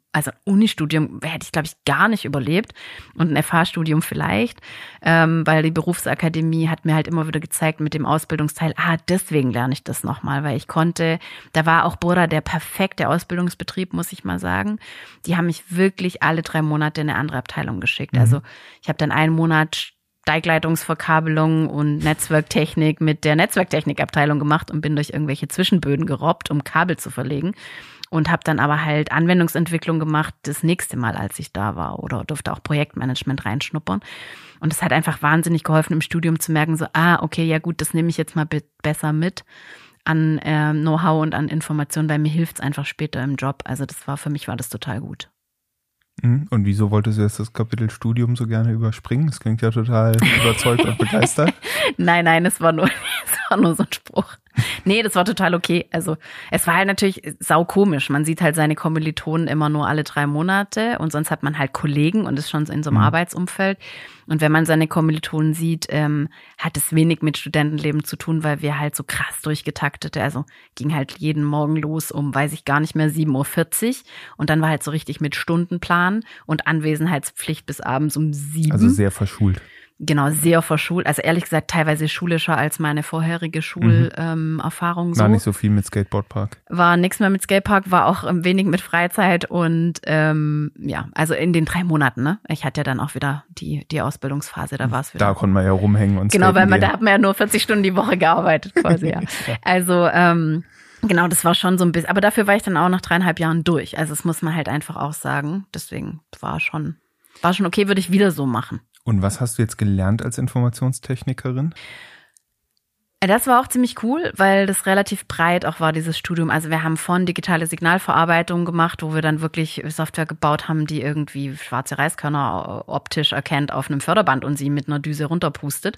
also Unistudium hätte ich, glaube ich, gar nicht überlebt und ein F H-Studium vielleicht, ähm, weil die Berufsakademie hat mir halt immer wieder gezeigt mit dem Ausbildungsteil, ah, deswegen lerne ich das nochmal, weil ich konnte, da war auch Bora der perfekte Ausbildungsbetrieb, muss ich mal sagen. Die haben mich wirklich alle drei Monate in eine andere Abteilung geschickt. Mhm. Also ich habe dann einen Monat Steigleitungsverkabelung und Netzwerktechnik mit der Netzwerktechnikabteilung gemacht und bin durch irgendwelche Zwischenböden gerobbt, um Kabel zu verlegen. Und habe dann aber halt Anwendungsentwicklung gemacht das nächste Mal, als ich da war, oder durfte auch Projektmanagement reinschnuppern. Und es hat einfach wahnsinnig geholfen, im Studium zu merken, so, ah, okay, ja gut, das nehme ich jetzt mal besser mit an äh, Know-how und an Informationen, weil mir hilft es einfach später im Job. Also das war, für mich war das total gut. Und wieso wolltest du jetzt das Kapitel Studium so gerne überspringen? Das klingt ja total überzeugt und begeistert. Nein, nein, es war nur, es war nur so ein Spruch. Nee, das war total okay. Also es war halt natürlich saukomisch. Man sieht halt seine Kommilitonen immer nur alle drei Monate und sonst hat man halt Kollegen und ist schon in so einem mhm. Arbeitsumfeld. Und wenn man seine Kommilitonen sieht, ähm, hat es wenig mit Studentenleben zu tun, weil wir halt so krass durchgetaktete, also ging halt jeden Morgen los um, weiß ich gar nicht mehr, sieben Uhr vierzig und dann war halt so richtig mit Stundenplan und Anwesenheitspflicht bis abends um sieben. Also sehr verschult. Genau, sehr verschult. Also ehrlich gesagt teilweise schulischer als meine vorherige Schulerfahrung. Mhm. So. War nicht so viel mit Skateboardpark. War nichts mehr mit Skatepark, war auch wenig mit Freizeit und ähm, ja, also in den drei Monaten, ne? Ich hatte ja dann auch wieder die die Ausbildungsphase, da war es wieder. Da konnte man ja rumhängen und Genau, weil man gehen. Da hat man ja nur vierzig Stunden die Woche gearbeitet quasi, ja. Also ähm, genau, das war schon so ein bisschen, aber dafür war ich dann auch nach dreieinhalb Jahren durch. Also das muss man halt einfach auch sagen. Deswegen war schon, war schon okay, würde ich wieder so machen. Und was hast du jetzt gelernt als Informationstechnikerin? Das war auch ziemlich cool, weil das relativ breit auch war, dieses Studium. Also wir haben von digitale Signalverarbeitung gemacht, wo wir dann wirklich Software gebaut haben, die irgendwie schwarze Reiskörner optisch erkennt auf einem Förderband und sie mit einer Düse runterpustet.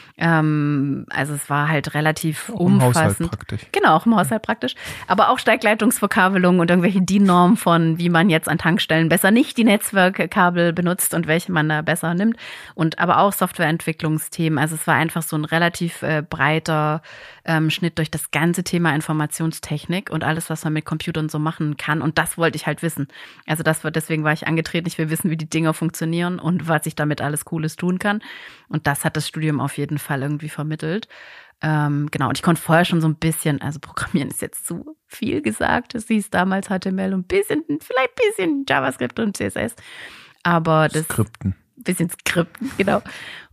Ähm, also es war halt relativ auch umfassend. Im Haushalt praktisch. Genau, auch im Haushalt praktisch. Aber auch Steigleitungsverkabelung und irgendwelche D I N-Normen von, wie man jetzt an Tankstellen besser nicht die Netzwerkkabel benutzt und welche man da besser nimmt. Und aber auch Softwareentwicklungsthemen. Also es war einfach so ein relativ äh, breiter ähm, Schnitt durch das ganze Thema Informationstechnik und alles, was man mit Computern so machen kann. Und das wollte ich halt wissen. Also das war, deswegen war ich angetreten. Ich will wissen, wie die Dinger funktionieren und was ich damit alles Cooles tun kann. Und das hat das Studium auf jeden Fall irgendwie vermittelt. Ähm, genau, und ich konnte vorher schon so ein bisschen, also Programmieren ist jetzt zu viel gesagt, es hieß damals H T M L und ein bisschen, vielleicht ein bisschen JavaScript und C S S, aber das Skripten. Bisschen Skripten, genau.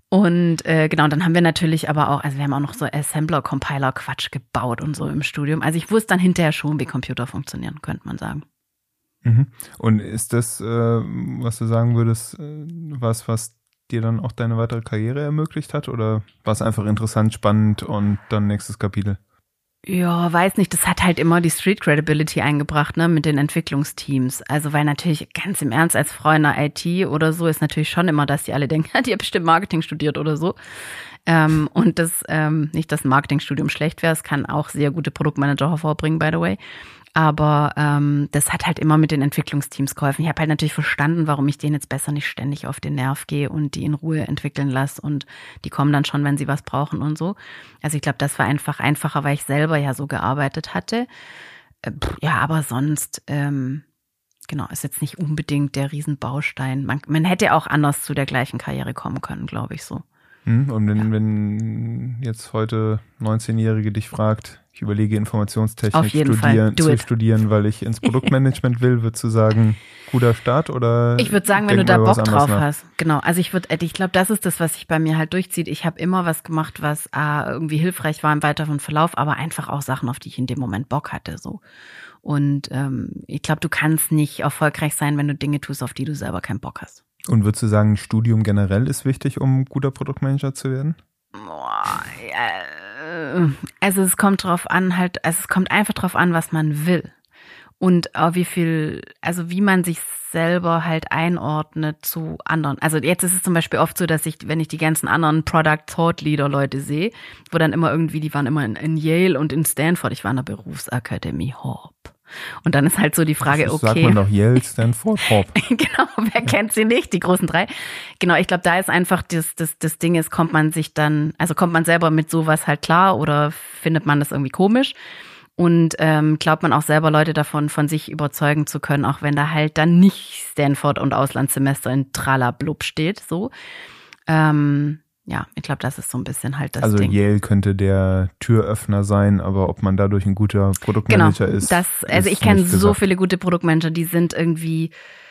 Und äh, genau, dann haben wir natürlich aber auch, also wir haben auch noch so Assembler-Compiler-Quatsch gebaut und so im Studium. Also ich wusste dann hinterher schon, wie Computer funktionieren, könnte man sagen. Mhm. Und ist das, äh, was du sagen würdest, äh, was, was dir dann auch deine weitere Karriere ermöglicht hat? Oder war es einfach interessant, spannend und dann nächstes Kapitel? Ja, weiß nicht, das hat halt immer die Street Credibility eingebracht, ne, mit den Entwicklungsteams. Also weil natürlich ganz im Ernst als Frau in der I T oder so ist natürlich schon immer, dass die alle denken, die hat bestimmt Marketing studiert oder so. Ähm, und das, ähm, nicht, dass ein Marketingstudium schlecht wäre, es kann auch sehr gute Produktmanager hervorbringen, by the way. Aber ähm, das hat halt immer mit den Entwicklungsteams geholfen. Ich habe halt natürlich verstanden, warum ich denen jetzt besser nicht ständig auf den Nerv gehe und die in Ruhe entwickeln lasse. Und die kommen dann schon, wenn sie was brauchen und so. Also ich glaube, das war einfach einfacher, weil ich selber ja so gearbeitet hatte. Äh, ja, aber sonst, ähm, genau, ist jetzt nicht unbedingt der Riesenbaustein. Man, man hätte auch anders zu der gleichen Karriere kommen können, glaube ich so. Und wenn, ja. wenn jetzt heute neunzehnjährige dich fragt, ich überlege Informationstechnik studieren, zu studieren, weil ich ins Produktmanagement will, würdest du sagen, guter Start oder? Ich würde sagen, wenn du da Bock drauf hast. Genau. Also ich würde, ich glaube, das ist das, was sich bei mir halt durchzieht. Ich habe immer was gemacht, was ah, irgendwie hilfreich war im weiteren Verlauf, aber einfach auch Sachen, auf die ich in dem Moment Bock hatte, so. Und ähm, ich glaube, du kannst nicht erfolgreich sein, wenn du Dinge tust, auf die du selber keinen Bock hast. Und würdest du sagen, Studium generell ist wichtig, um guter Produktmanager zu werden? Boah, ja, also es kommt drauf an, halt, also es kommt einfach drauf an, was man will. Und auch wie viel, also wie man sich selber halt einordnet zu anderen. Also jetzt ist es zum Beispiel oft so, dass ich, wenn ich die ganzen anderen Product Thought Leader Leute sehe, wo dann immer irgendwie, die waren immer in, in Yale und in Stanford, ich war in der Berufsakademie Hop. Und dann ist halt so die Frage, das okay. Sagt man doch Yale, Stanford, Hop. Genau, wer kennt sie nicht, die großen drei. Genau, ich glaube, da ist einfach das, das, das Ding ist, kommt man sich dann, also kommt man selber mit sowas halt klar oder findet man das irgendwie komisch? Und ähm, glaubt man auch selber, Leute davon von sich überzeugen zu können, auch wenn da halt dann nicht Stanford und Auslandssemester in Tralablub steht. So, ähm, ja, ich glaube, das ist so ein bisschen halt das also Ding. Also Yale könnte der Türöffner sein, aber ob man dadurch ein guter Produktmanager genau, ist. Das, also ist ich kenne so gesagt. viele gute Produktmanager, die sind irgendwie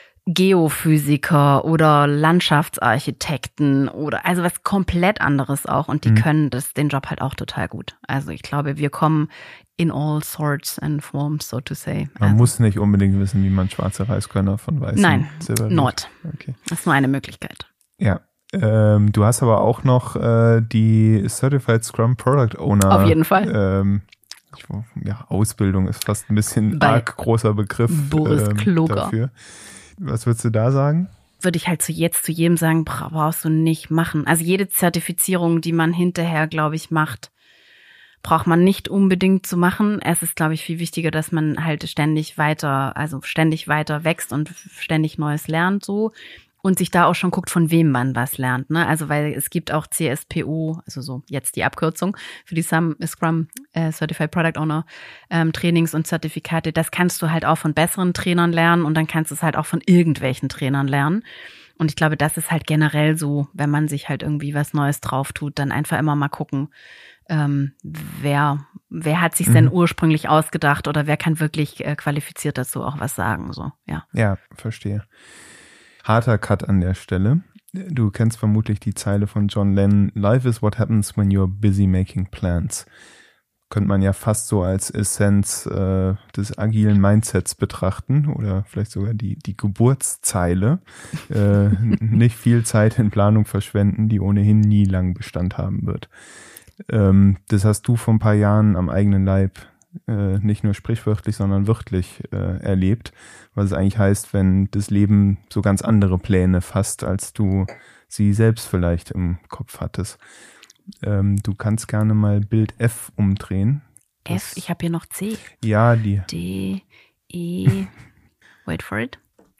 Geophysiker oder Landschaftsarchitekten oder also was komplett anderes auch und die mhm. können das den Job halt auch total gut. Also ich glaube, wir kommen in all sorts and forms, so to say. Man also, muss nicht unbedingt wissen, wie man schwarze Reiskörner von weißen Nein, Silber not. Okay. Das ist nur eine Möglichkeit. Ja. Ähm, du hast aber auch noch äh, die Certified Scrum Product Owner. Auf jeden Fall. Ähm, ich, ja, Ausbildung ist fast ein bisschen Bei arg großer Begriff Boris ähm, Kloger. dafür. Was würdest du da sagen? Würde ich halt zu jetzt zu jedem sagen, brauchst du nicht machen. Also jede Zertifizierung, die man hinterher, glaube ich, macht, braucht man nicht unbedingt zu machen. Es ist, glaube ich, viel wichtiger, dass man halt ständig weiter, also ständig weiter wächst und ständig Neues lernt so. Und sich da auch schon guckt, von wem man was lernt. Ne? Also weil es gibt auch C S P O, also so jetzt die Abkürzung für die Scrum äh, Certified Product Owner ähm, Trainings und Zertifikate. Das kannst du halt auch von besseren Trainern lernen und dann kannst du es halt auch von irgendwelchen Trainern lernen. Und ich glaube, das ist halt generell so, wenn man sich halt irgendwie was Neues drauf tut, dann einfach immer mal gucken, ähm, wer wer hat sich denn mhm. ursprünglich ausgedacht oder wer kann wirklich äh, qualifiziert dazu auch was sagen. So, ja. Ja, verstehe. Harter Cut an der Stelle. Du kennst vermutlich die Zeile von John Lennon, Life is what happens when you're busy making plans. Könnte man ja fast so als Essenz äh, des agilen Mindsets betrachten oder vielleicht sogar die, die Geburtszeile. äh, nicht viel Zeit in Planung verschwenden, die ohnehin nie lang Bestand haben wird. Ähm, das hast du vor ein paar Jahren am eigenen Leib äh, nicht nur sprichwörtlich, sondern wörtlich äh, erlebt, was es eigentlich heißt, wenn das Leben so ganz andere Pläne fasst, als du sie selbst vielleicht im Kopf hattest. Ähm, du kannst gerne mal Bild F umdrehen. F, ich habe hier noch C. Ja, die. D, E, wait for it.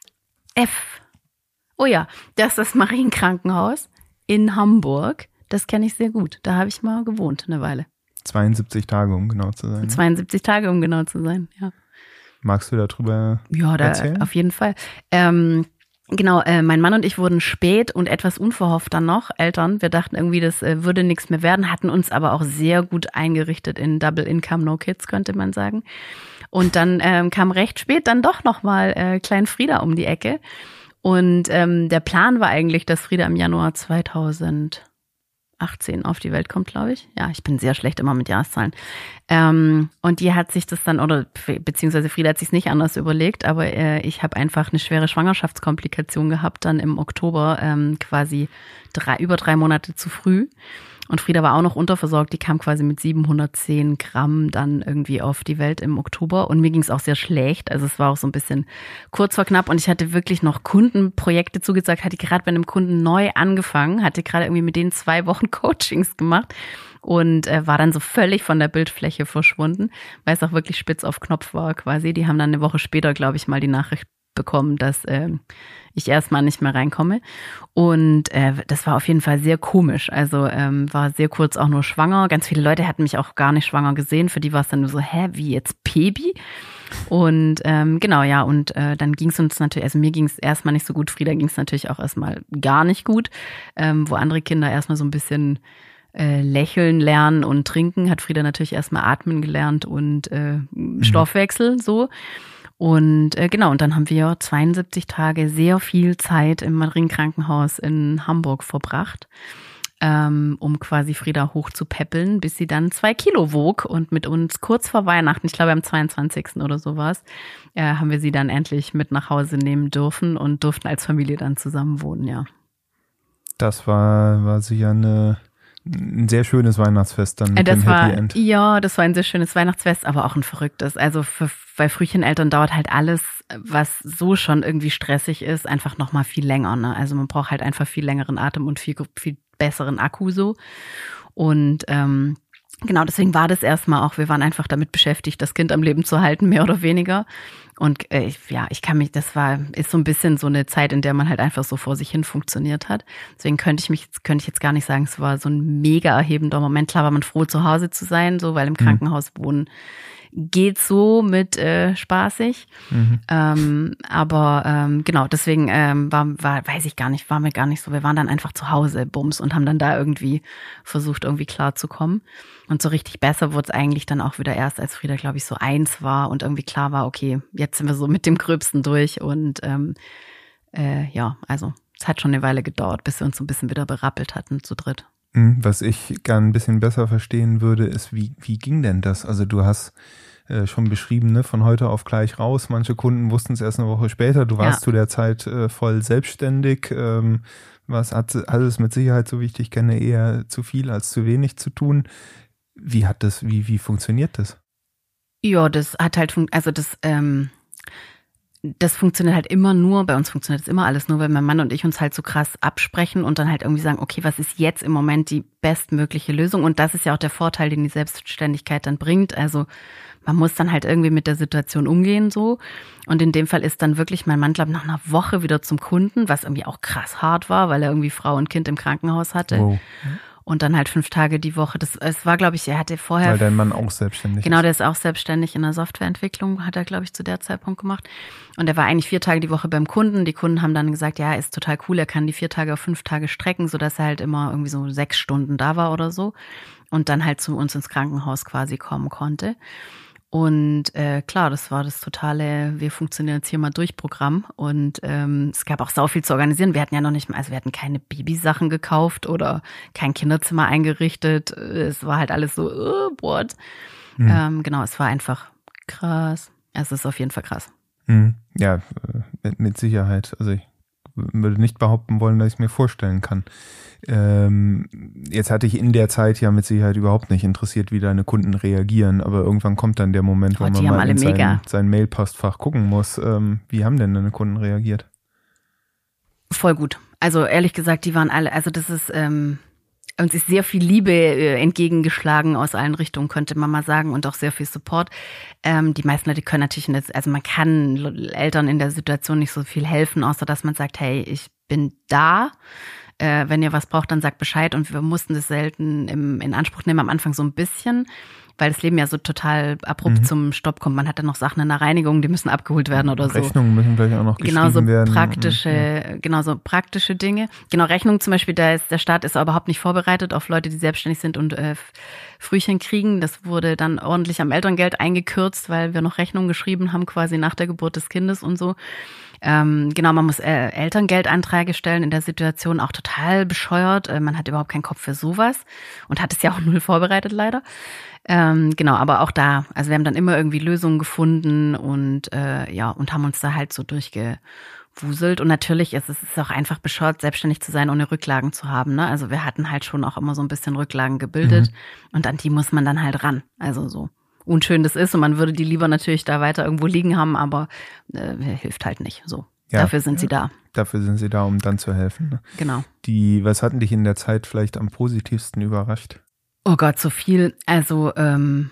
F. Oh ja, das ist das Marienkrankenhaus in Hamburg. Das kenne ich sehr gut. Da habe ich mal gewohnt eine Weile. zweiundsiebzig Tage, um genau zu sein. zweiundsiebzig Tage, um genau zu sein, ja. Magst du darüber ja, da, erzählen? Auf jeden Fall. Ähm, genau, äh, mein Mann und ich wurden spät und etwas unverhofft dann noch Eltern. Wir dachten irgendwie, das äh, würde nichts mehr werden, hatten uns aber auch sehr gut eingerichtet in Double Income, No Kids, könnte man sagen. Und dann ähm, kam recht spät dann doch nochmal äh, Klein Frieda um die Ecke. Und ähm, der Plan war eigentlich, dass Frieda im Januar zweitausendachtzehn auf die Welt kommt, glaube ich. Ja, ich bin sehr schlecht immer mit Jahreszahlen. Ähm, und die hat sich das dann, oder beziehungsweise Frieda hat sich nicht anders überlegt, aber äh, ich habe einfach eine schwere Schwangerschaftskomplikation gehabt, dann im Oktober ähm, quasi drei, über drei Monate zu früh. Und Frieda war auch noch unterversorgt, die kam quasi mit siebenhundertzehn Gramm dann irgendwie auf die Welt im Oktober und mir ging es auch sehr schlecht, also es war auch so ein bisschen kurz vor knapp und ich hatte wirklich noch Kundenprojekte zugesagt, hatte gerade bei einem Kunden neu angefangen, hatte gerade irgendwie mit denen zwei Wochen Coachings gemacht und äh, war dann so völlig von der Bildfläche verschwunden, weil es auch wirklich spitz auf Knopf war quasi. Die haben dann eine Woche später, glaube ich, mal die Nachricht bekommen, dass äh, ich erstmal nicht mehr reinkomme. Und äh, das war auf jeden Fall sehr komisch. Also ähm, war sehr kurz auch nur schwanger. Ganz viele Leute hatten mich auch gar nicht schwanger gesehen. Für die war es dann nur so, hä, wie jetzt Baby? Und ähm, genau, ja, und äh, dann ging es uns natürlich, also mir ging es erstmal nicht so gut, Frieda ging es natürlich auch erstmal gar nicht gut. Ähm, wo andere Kinder erstmal so ein bisschen äh, lächeln lernen und trinken, hat Frieda natürlich erstmal atmen gelernt und äh, mhm. Stoffwechsel so. Und äh, genau, und dann haben wir zweiundsiebzig Tage sehr viel Zeit im Marienkrankenhaus in Hamburg verbracht, ähm, um quasi Frieda hochzupäppeln, bis sie dann zwei Kilo wog und mit uns kurz vor Weihnachten, ich glaube am zweiundzwanzigsten oder sowas, äh, haben wir sie dann endlich mit nach Hause nehmen dürfen und durften als Familie dann zusammen wohnen, ja. Das war, war sicher eine... Ein sehr schönes Weihnachtsfest dann mit das dem war, Happy End. Ja, das war ein sehr schönes Weihnachtsfest, aber auch ein verrücktes. Also für, bei Frühcheneltern dauert halt alles, was so schon irgendwie stressig ist, einfach nochmal viel länger. Ne? Also man braucht halt einfach viel längeren Atem und viel, viel besseren Akku so. Und ähm, genau, deswegen war das erstmal auch, wir waren einfach damit beschäftigt, das Kind am Leben zu halten, mehr oder weniger. Und äh, ja, ich kann mich, das war, ist so ein bisschen so eine Zeit, in der man halt einfach so vor sich hin funktioniert hat. Deswegen könnte ich mich, könnte ich jetzt gar nicht sagen, es war so ein mega erhebender Moment. Klar war man froh, zu Hause zu sein, so, weil im Krankenhaus wohnen geht so mit äh, spaßig. Mhm. Ähm, aber ähm, genau, deswegen ähm, war, war, weiß ich gar nicht, war mir gar nicht so. Wir waren dann einfach zu Hause, Bums, und haben dann da irgendwie versucht, irgendwie klarzukommen. Und so richtig besser wurde es eigentlich dann auch wieder erst, als Frieda, glaube ich, so eins war und irgendwie klar war, okay, jetzt sind wir so mit dem Gröbsten durch. Und ähm, äh, ja, also es hat schon eine Weile gedauert, bis wir uns so ein bisschen wieder berappelt hatten zu dritt. Was ich gern ein bisschen besser verstehen würde, ist, wie, wie ging denn das? Also du hast äh, schon beschrieben, ne, von heute auf gleich raus. Manche Kunden wussten es erst eine Woche später. Du warst ja zu der Zeit äh, voll selbstständig. Ähm, was hat alles mit Sicherheit, so wie ich dich kenne, eher zu viel als zu wenig zu tun. Wie hat das, wie, wie funktioniert das? Ja, das hat halt, also das, ähm, das funktioniert halt immer nur, bei uns funktioniert das immer alles nur, weil mein Mann und ich uns halt so krass absprechen und dann halt irgendwie sagen, okay, was ist jetzt im Moment die bestmögliche Lösung? Und das ist ja auch der Vorteil, den die Selbstständigkeit dann bringt. Also man muss dann halt irgendwie mit der Situation umgehen so. Und in dem Fall ist dann wirklich mein Mann, glaube ich, nach einer Woche wieder zum Kunden, was irgendwie auch krass hart war, weil er irgendwie Frau und Kind im Krankenhaus hatte. Wow. Und dann halt fünf Tage die Woche. Das, es war, glaube ich, er hatte vorher... Weil dein Mann auch selbstständig Genau, ist. der ist auch selbstständig in der Softwareentwicklung, hat er, glaube ich, zu der Zeitpunkt gemacht. Und er war eigentlich vier Tage die Woche beim Kunden. Die Kunden haben dann gesagt, ja, ist total cool, er kann die vier Tage auf fünf Tage strecken, sodass er halt immer irgendwie so sechs Stunden da war oder so. Und dann halt zu uns ins Krankenhaus quasi kommen konnte. Und äh, klar, das war das totale, wir funktionieren jetzt hier mal durch Programm. Und ähm, es gab auch sau viel zu organisieren. Wir hatten ja noch nicht mal, also wir hatten keine Babysachen gekauft oder kein Kinderzimmer eingerichtet. Es war halt alles so, oh, what? Mhm. Ähm, genau, es war einfach krass. Es ist auf jeden Fall krass. Mhm. Ja, mit, mit Sicherheit. Also ich würde nicht behaupten wollen, dass ich es mir vorstellen kann. Ähm, jetzt hatte ich in der Zeit ja mit Sicherheit überhaupt nicht interessiert, wie deine Kunden reagieren, aber irgendwann kommt dann der Moment, wo oh, man mal in sein, sein Mail-Postfach gucken muss. Ähm, wie haben denn deine Kunden reagiert? Voll gut. Also ehrlich gesagt, die waren alle, also das ist, ähm, uns ist sehr viel Liebe äh, entgegengeschlagen aus allen Richtungen, könnte man mal sagen, und auch sehr viel Support. Ähm, die meisten Leute können natürlich, nicht, also man kann Eltern in der Situation nicht so viel helfen, außer dass man sagt, hey, ich bin da. Äh, wenn ihr was braucht, dann sagt Bescheid. Und wir mussten das selten im, in Anspruch nehmen, am Anfang so ein bisschen, weil das Leben ja so total abrupt mhm. zum Stopp kommt. Man hat dann noch Sachen in der Reinigung, die müssen abgeholt werden oder so. Rechnungen müssen vielleicht auch noch geschrieben genau so werden. Praktische, ja. Genau so praktische Dinge. Genau, Rechnung zum Beispiel, da ist, der Staat ist überhaupt nicht vorbereitet auf Leute, die selbstständig sind und äh, Frühchen kriegen. Das wurde dann ordentlich am Elterngeld eingekürzt, weil wir noch Rechnungen geschrieben haben, quasi nach der Geburt des Kindes und so. Ähm, genau, man muss äh, Elterngeldanträge stellen in der Situation, auch total bescheuert. Äh, man hat überhaupt keinen Kopf für sowas und hat es ja auch null vorbereitet leider. Ähm, genau, aber auch da, also wir haben dann immer irgendwie Lösungen gefunden und äh, ja, und haben uns da halt so durchgewuselt. Und natürlich ist es ist auch einfach bescheuert, selbstständig zu sein, ohne Rücklagen zu haben. Ne? Also wir hatten halt schon auch immer so ein bisschen Rücklagen gebildet mhm. und an die muss man dann halt ran. Also so unschön das ist und man würde die lieber natürlich da weiter irgendwo liegen haben, aber äh, hilft halt nicht. So, ja, dafür sind ja, sie da. Dafür sind sie da, um dann zu helfen. Ne? Genau. Die, was hatten dich in der Zeit vielleicht am positivsten überrascht? Oh Gott, so viel. Also, ähm,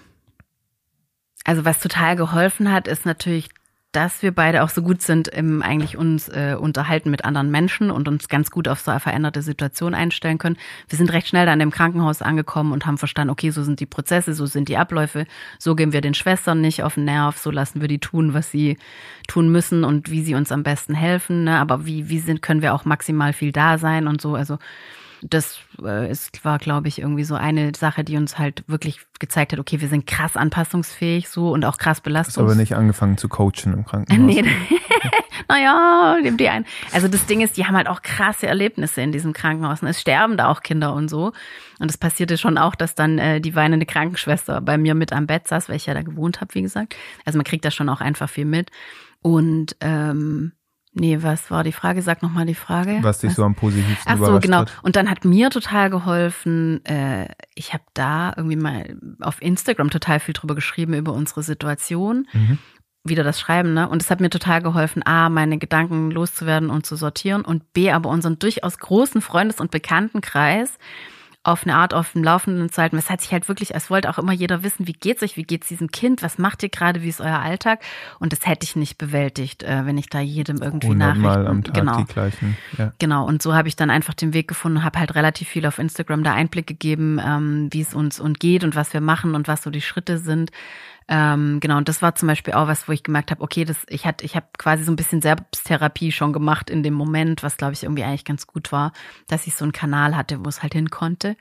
also was total geholfen hat, ist natürlich, dass wir beide auch so gut sind im eigentlich uns äh, unterhalten mit anderen Menschen und uns ganz gut auf so eine veränderte Situation einstellen können. Wir sind recht schnell dann im Krankenhaus angekommen und haben verstanden, okay, so sind die Prozesse, so sind die Abläufe, so gehen wir den Schwestern nicht auf den Nerv, so lassen wir die tun, was sie tun müssen und wie sie uns am besten helfen. Ne? Aber wie wie sind können wir auch maximal viel da sein und so. Also das äh, ist, war, glaube ich, irgendwie so eine Sache, die uns halt wirklich gezeigt hat, okay, wir sind krass anpassungsfähig so und auch krass belastungs... Du hast aber nicht angefangen zu coachen im Krankenhaus. Nee, naja, nimm die ein. Also das Ding ist, die haben halt auch krasse Erlebnisse in diesem Krankenhaus. Und es sterben da auch Kinder und so. Und es passierte schon auch, dass dann äh, die weinende Krankenschwester bei mir mit am Bett saß, weil ich ja da gewohnt habe, wie gesagt. Also man kriegt da schon auch einfach viel mit. Und ähm, nee, was war die Frage? Sag nochmal die Frage. Was dich was? so am positivsten Ach so, überrascht genau. hat. Und dann hat mir total geholfen, äh, ich habe da irgendwie mal auf Instagram total viel drüber geschrieben, über unsere Situation. Mhm. Wieder das Schreiben, ne? Und es hat mir total geholfen, A, meine Gedanken loszuwerden und zu sortieren und B, aber unseren durchaus großen Freundes- und Bekanntenkreis auf eine Art auf dem Laufenden zu halten. Es hat sich halt wirklich, es wollte auch immer jeder wissen, wie geht's euch, wie geht's diesem Kind, was macht ihr gerade, wie ist euer Alltag? Und das hätte ich nicht bewältigt, wenn ich da jedem irgendwie Nachrichten... Mal am Tag genau. die gleichen. Ja. Genau, und so habe ich dann einfach den Weg gefunden und habe halt relativ viel auf Instagram da Einblick gegeben, ähm, wie es uns und geht und was wir machen und was so die Schritte sind. Ähm, genau, und das war zum Beispiel auch was, wo ich gemerkt habe, okay, das, ich hatte, ich habe quasi so ein bisschen Selbsttherapie schon gemacht in dem Moment, was, glaube ich, irgendwie eigentlich ganz gut war, dass ich so einen Kanal hatte, wo es halt hin konnte.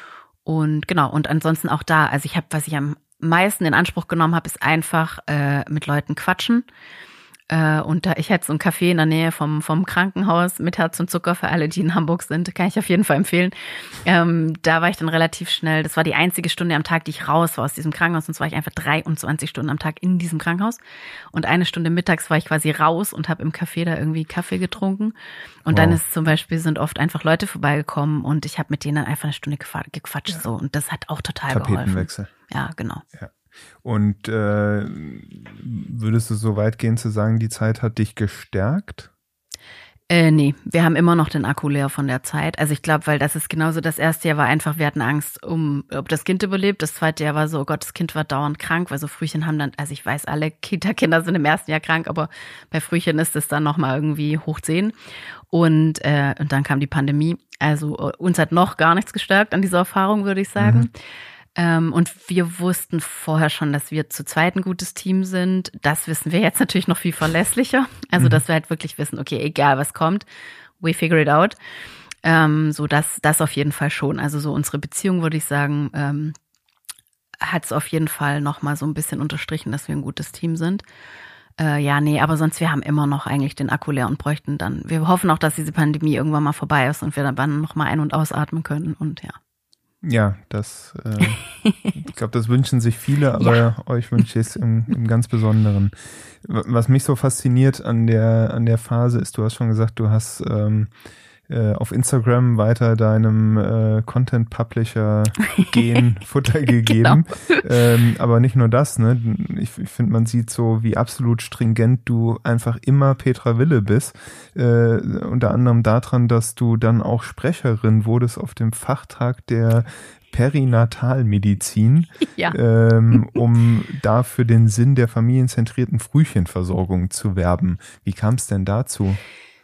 Und genau, und ansonsten auch da, also ich habe, was ich am meisten in Anspruch genommen habe, ist einfach äh, mit Leuten quatschen. Äh, und da ich jetzt so ein Café in der Nähe vom, vom Krankenhaus mit Herz und Zucker für alle, die in Hamburg sind, kann ich auf jeden Fall empfehlen. Ähm, da war ich dann relativ schnell, das war die einzige Stunde am Tag, die ich raus war aus diesem Krankenhaus. Und zwar war ich einfach dreiundzwanzig Stunden am Tag in diesem Krankenhaus. Und eine Stunde mittags war ich quasi raus und habe im Café da irgendwie Kaffee getrunken. Und wow. Dann ist zum Beispiel, sind oft einfach Leute vorbeigekommen und ich habe mit denen dann einfach eine Stunde gequatscht. Ja. So. Und das hat auch total geholfen. Tapetenwechsel. Ja, genau. Ja. Und äh, würdest du so weit gehen zu sagen, die Zeit hat dich gestärkt? Äh, nee, wir haben immer noch den Akku leer von der Zeit. Also ich glaube, weil das ist genauso, das erste Jahr war einfach, wir hatten Angst, um, ob das Kind überlebt. Das zweite Jahr war so, oh Gott, das Kind war dauernd krank, weil so Frühchen haben dann, also ich weiß, alle Kita-Kinder sind im ersten Jahr krank, aber bei Frühchen ist es dann nochmal irgendwie hoch zehn. Und, äh, und dann kam die Pandemie. Also uns hat noch gar nichts gestärkt an dieser Erfahrung, würde ich sagen. Mhm. Ähm, und wir wussten vorher schon, dass wir zu zweit ein gutes Team sind. Das wissen wir jetzt natürlich noch viel verlässlicher. Also, mhm. dass wir halt wirklich wissen, okay, egal was kommt, we figure it out. Ähm, so, das, das auf jeden Fall schon. Also, so unsere Beziehung, würde ich sagen, ähm, hat es auf jeden Fall nochmal so ein bisschen unterstrichen, dass wir ein gutes Team sind. Äh, ja, nee, aber sonst, wir haben immer noch eigentlich den Akku leer und bräuchten dann, wir hoffen auch, dass diese Pandemie irgendwann mal vorbei ist und wir dann nochmal ein- und ausatmen können und ja. Ja, das, äh, ich glaube, das wünschen sich viele, aber ja. euch wünsche ich es im, im ganz Besonderen. Was mich so fasziniert an der an der Phase ist, du hast schon gesagt, du hast ähm, äh, auf Instagram weiter deinem äh, Content-Publisher Gen Futter gegeben. Genau. Ähm, aber nicht nur das, ne? Ich, ich finde, man sieht so, wie absolut stringent du einfach immer Petra Wille bist. Äh, unter anderem daran, dass du dann auch Sprecherin wurdest auf dem Fachtag der Perinatalmedizin, ja. ähm, um da für den Sinn der familienzentrierten Frühchenversorgung zu werben. Wie kam es denn dazu?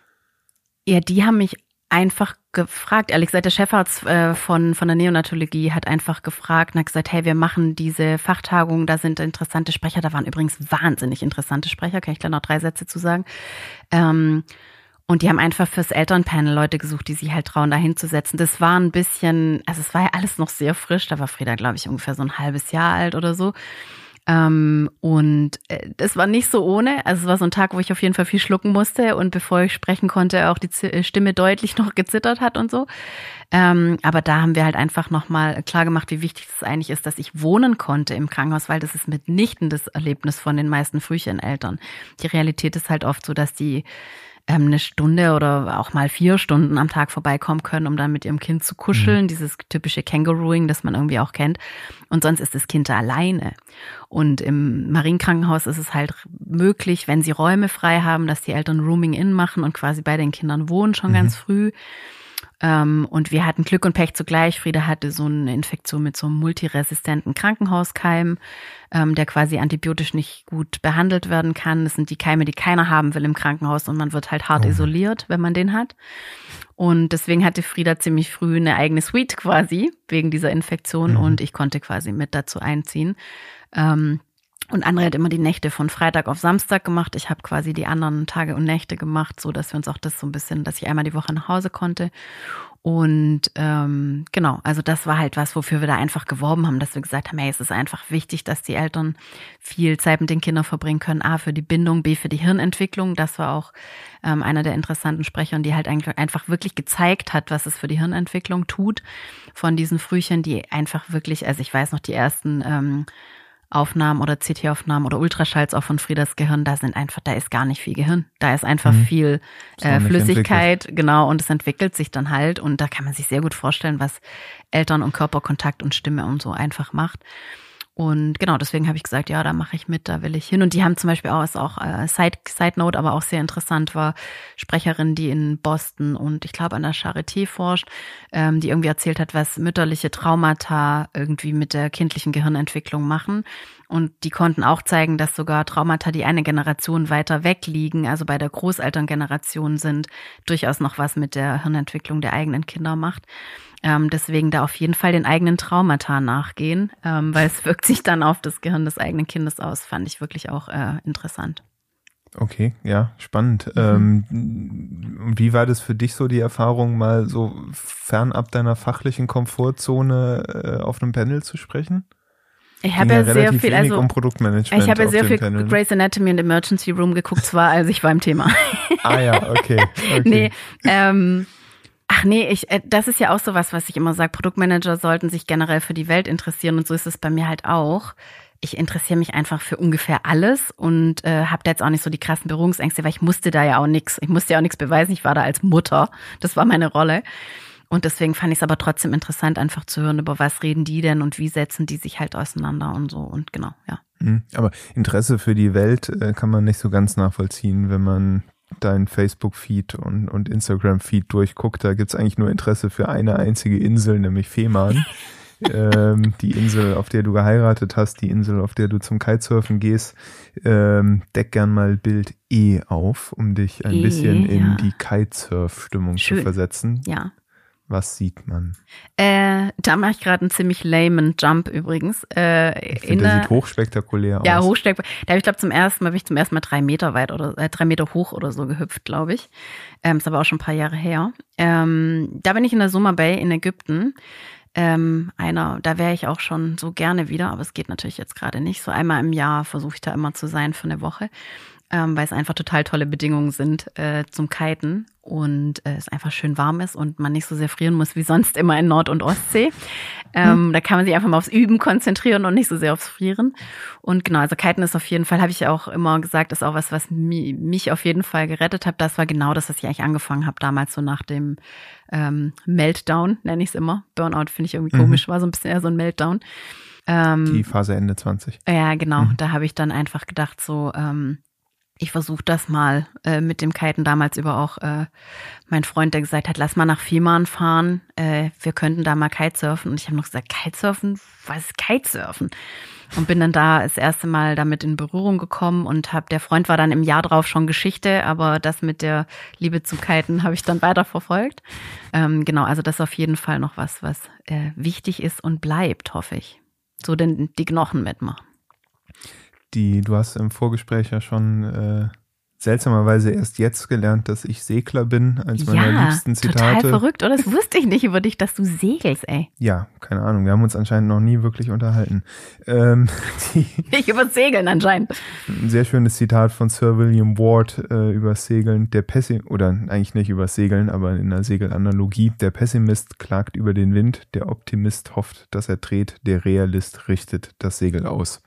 Ja, die haben mich einfach gefragt, ehrlich gesagt, der Chefarzt äh, von, von der Neonatologie hat einfach gefragt und hat gesagt, hey, wir machen diese Fachtagung, da sind interessante Sprecher, da waren übrigens wahnsinnig interessante Sprecher, kann ich gleich noch drei Sätze zu sagen. Ähm, und die haben einfach fürs Elternpanel Leute gesucht, die sich halt trauen, da hinzusetzen. Das war ein bisschen, also es war ja alles noch sehr frisch, da war Frieda, glaube ich, ungefähr so ein halbes Jahr alt oder so. Ähm, und äh, das war nicht so ohne, also es war so ein Tag, wo ich auf jeden Fall viel schlucken musste und bevor ich sprechen konnte, auch die Z- Stimme deutlich noch gezittert hat und so. Ähm, aber da haben wir halt einfach nochmal klar gemacht, wie wichtig es eigentlich ist, dass ich wohnen konnte im Krankenhaus, weil das ist mitnichten das Erlebnis von den meisten Frühcheneltern. Die Realität ist halt oft so, dass die ähm, eine Stunde oder auch mal vier Stunden am Tag vorbeikommen können, um dann mit ihrem Kind zu kuscheln, mhm. dieses typische Kängurooing, das man irgendwie auch kennt. Und sonst ist das Kind da alleine. Und im Marienkrankenhaus ist es halt möglich, wenn sie Räume frei haben, dass die Eltern Rooming-in machen und quasi bei den Kindern wohnen, schon mhm. ganz früh. Ähm, und wir hatten Glück und Pech zugleich. Frieda hatte so eine Infektion mit so einem multiresistenten Krankenhauskeim, ähm, der quasi antibiotisch nicht gut behandelt werden kann. Das sind die Keime, die keiner haben will im Krankenhaus und man wird halt hart oh. isoliert, wenn man den hat. Und deswegen hatte Frieda ziemlich früh eine eigene Suite quasi wegen dieser Infektion mhm. und ich konnte quasi mit dazu einziehen. Ähm, Und André hat immer die Nächte von Freitag auf Samstag gemacht. Ich habe quasi die anderen Tage und Nächte gemacht, so dass wir uns auch das so ein bisschen, dass ich einmal die Woche nach Hause konnte. Und ähm, genau, also das war halt was, wofür wir da einfach geworben haben, dass wir gesagt haben, hey, es ist einfach wichtig, dass die Eltern viel Zeit mit den Kindern verbringen können. A, für die Bindung, B, für die Hirnentwicklung. Das war auch ähm, einer der interessanten Sprecher, die halt eigentlich einfach wirklich gezeigt hat, was es für die Hirnentwicklung tut von diesen Frühchen, die einfach wirklich, also ich weiß noch, die ersten ähm, Aufnahmen oder C T-Aufnahmen oder Ultraschalls auch von Friedas Gehirn, da sind einfach, da ist gar nicht viel Gehirn. Da ist einfach mhm. viel äh, Flüssigkeit, entwickelt. Genau, und es entwickelt sich dann halt und da kann man sich sehr gut vorstellen, was Eltern und Körperkontakt und Stimme und so einfach macht. Und genau, deswegen habe ich gesagt, ja, da mache ich mit, da will ich hin. Und die haben zum Beispiel auch, ist auch äh, Side, Side Note, aber auch sehr interessant war, Sprecherin, die in Boston und ich glaube an der Charité forscht, ähm, die irgendwie erzählt hat, was mütterliche Traumata irgendwie mit der kindlichen Gehirnentwicklung machen. Und die konnten auch zeigen, dass sogar Traumata, die eine Generation weiter weg liegen, also bei der Großelterngeneration sind, durchaus noch was mit der Hirnentwicklung der eigenen Kinder macht. Ähm, deswegen da auf jeden Fall den eigenen Traumata nachgehen, ähm, weil es wirkt sich dann auf das Gehirn des eigenen Kindes aus, fand ich wirklich auch äh, interessant. Okay, ja, spannend. Mhm. Ähm, wie war das für dich so, die Erfahrung, mal so fernab deiner fachlichen Komfortzone äh, auf einem Panel zu sprechen? Ich habe ja, ja sehr viel, also um Produktmanagement ich habe ja sehr viel Panel. Grey's Anatomy und Emergency Room geguckt, zwar als ich war im Thema. Ah ja, okay. okay. Nee, ähm, ach nee, ich, das ist ja auch sowas, was ich immer sage. Produktmanager sollten sich generell für die Welt interessieren und so ist es bei mir halt auch. Ich interessiere mich einfach für ungefähr alles und äh, habe da jetzt auch nicht so die krassen Berührungsängste, weil ich musste da ja auch nichts. Ich musste ja auch nichts beweisen. Ich war da als Mutter. Das war meine Rolle. Und deswegen fand ich es aber trotzdem interessant, einfach zu hören, über was reden die denn und wie setzen die sich halt auseinander und so. Und genau, ja. Aber Interesse für die Welt äh, kann man nicht so ganz nachvollziehen, wenn man dein Facebook-Feed und, und Instagram-Feed durchguckt. Da gibt's eigentlich nur Interesse für eine einzige Insel, nämlich Fehmarn. ähm, die Insel, auf der du geheiratet hast, die Insel, auf der du zum Kitesurfen gehst. Ähm, deck gern mal Bild E auf, um dich ein e, bisschen in ja. die Kitesurf-Stimmung zu versetzen. Ja. Was sieht man? Äh, da mache ich gerade einen ziemlich lamen Jump übrigens. Äh, ich finde, der sieht hochspektakulär aus. Ja, hochspektakulär. Da habe ich glaube zum ersten Mal, bin ich zum ersten Mal drei Meter weit oder äh, drei Meter hoch oder so gehüpft, glaube ich. Ähm, ist aber auch schon ein paar Jahre her. Ähm, da bin ich in der Suma Bay in Ägypten. Ähm, einer, da wäre ich auch schon so gerne wieder, aber es geht natürlich jetzt gerade nicht. So einmal im Jahr versuche ich da immer zu sein für eine Woche. Ähm, weil es einfach total tolle Bedingungen sind äh, zum Kiten und äh, es einfach schön warm ist und man nicht so sehr frieren muss wie sonst immer in Nord- und Ostsee. Ähm, mhm. Da kann man sich einfach mal aufs Üben konzentrieren und nicht so sehr aufs Frieren. Und genau, also Kiten ist auf jeden Fall, habe ich ja auch immer gesagt, ist auch was, was mi- mich auf jeden Fall gerettet hat. Das war genau das, was ich eigentlich angefangen habe damals so nach dem ähm, Meltdown, nenne ich es immer. Burnout finde ich irgendwie mhm. komisch, war so ein bisschen eher so ein Meltdown. Ähm, Die Phase Ende zwanzig. Ja, genau. Mhm. Da habe ich dann einfach gedacht so, ähm, ich versuche das mal äh, mit dem Kiten, damals über auch äh, mein Freund, der gesagt hat, lass mal nach Fehmarn fahren, äh, wir könnten da mal Kitesurfen. Und ich habe noch gesagt, Kitesurfen? Was ist Kitesurfen? Und bin dann da das erste Mal damit in Berührung gekommen und habe, der Freund war dann im Jahr drauf schon Geschichte, aber das mit der Liebe zu Kiten habe ich dann weiter verfolgt. Ähm, genau, also das ist auf jeden Fall noch was, was äh, wichtig ist und bleibt, hoffe ich. So denn die Knochen mitmachen. Die, du hast im Vorgespräch ja schon äh, seltsamerweise erst jetzt gelernt, dass ich Segler bin, als meiner ja, liebsten Zitate. Ja, total verrückt, oder? Das wusste ich nicht über dich, dass du segelst, ey. Ja, keine Ahnung, wir haben uns anscheinend noch nie wirklich unterhalten. Ähm, die, nicht über Segeln anscheinend. Ein sehr schönes Zitat von Sir William Ward äh, über Segeln. Der Pessimist, oder eigentlich nicht über Segeln, aber in einer Segelanalogie. Der Pessimist klagt über den Wind, der Optimist hofft, dass er dreht, der Realist richtet das Segel aus.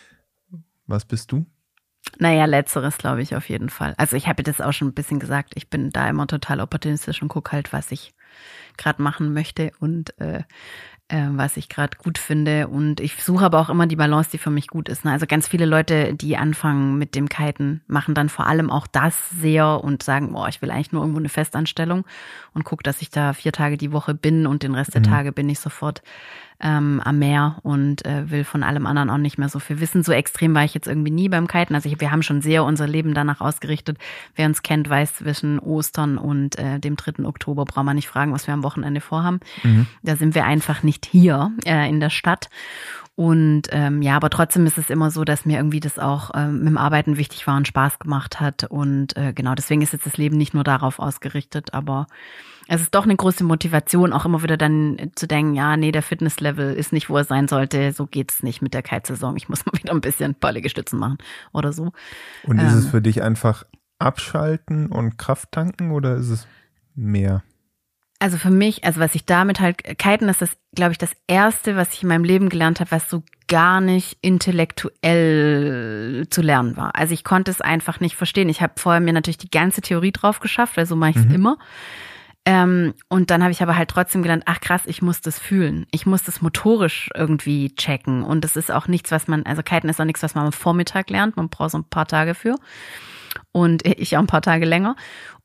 Was bist du? Naja, letzteres glaube ich auf jeden Fall. Also ich habe das auch schon ein bisschen gesagt. Ich bin da immer total opportunistisch und gucke halt, was ich gerade machen möchte und äh, äh, was ich gerade gut finde. Und ich suche aber auch immer die Balance, die für mich gut ist. Ne? Also ganz viele Leute, die anfangen mit dem Kiten, machen dann vor allem auch das sehr und sagen, boah, ich will eigentlich nur irgendwo eine Festanstellung und gucke, dass ich da vier Tage die Woche bin und den Rest der mhm. Tage bin ich sofort Ähm, am Meer und äh, will von allem anderen auch nicht mehr so viel wissen. So extrem war ich jetzt irgendwie nie beim Kiten. Also ich, wir haben schon sehr unser Leben danach ausgerichtet. Wer uns kennt, weiß, zwischen Ostern und äh, dem dritten Oktober braucht man nicht fragen, was wir am Wochenende vorhaben. Mhm. Da sind wir einfach nicht hier äh, in der Stadt. Und ähm, ja, aber trotzdem ist es immer so, dass mir irgendwie das auch ähm, mit dem Arbeiten wichtig war und Spaß gemacht hat. Und äh, genau, deswegen ist jetzt das Leben nicht nur darauf ausgerichtet, aber es ist doch eine große Motivation, auch immer wieder dann zu denken, ja, nee, der Fitnesslevel ist nicht, wo er sein sollte, so geht's nicht mit der Kitesaison. Ich muss mal wieder ein bisschen paar Stützen machen oder so. Und ist ähm, es für dich einfach abschalten und Kraft tanken oder ist es mehr? Also für mich, also was ich damit halt, Kiten ist das, glaube ich, das Erste, was ich in meinem Leben gelernt habe, was so gar nicht intellektuell zu lernen war. Also ich konnte es einfach nicht verstehen. Ich habe vorher mir natürlich die ganze Theorie drauf geschafft, weil so mache ich es mhm. immer. Ähm, und dann habe ich aber halt trotzdem gedacht, ach krass, ich muss das fühlen. Ich muss das motorisch irgendwie checken. Und das ist auch nichts, was man, also Kiten ist auch nichts, was man am Vormittag lernt. Man braucht so ein paar Tage für. Und ich auch ein paar Tage länger.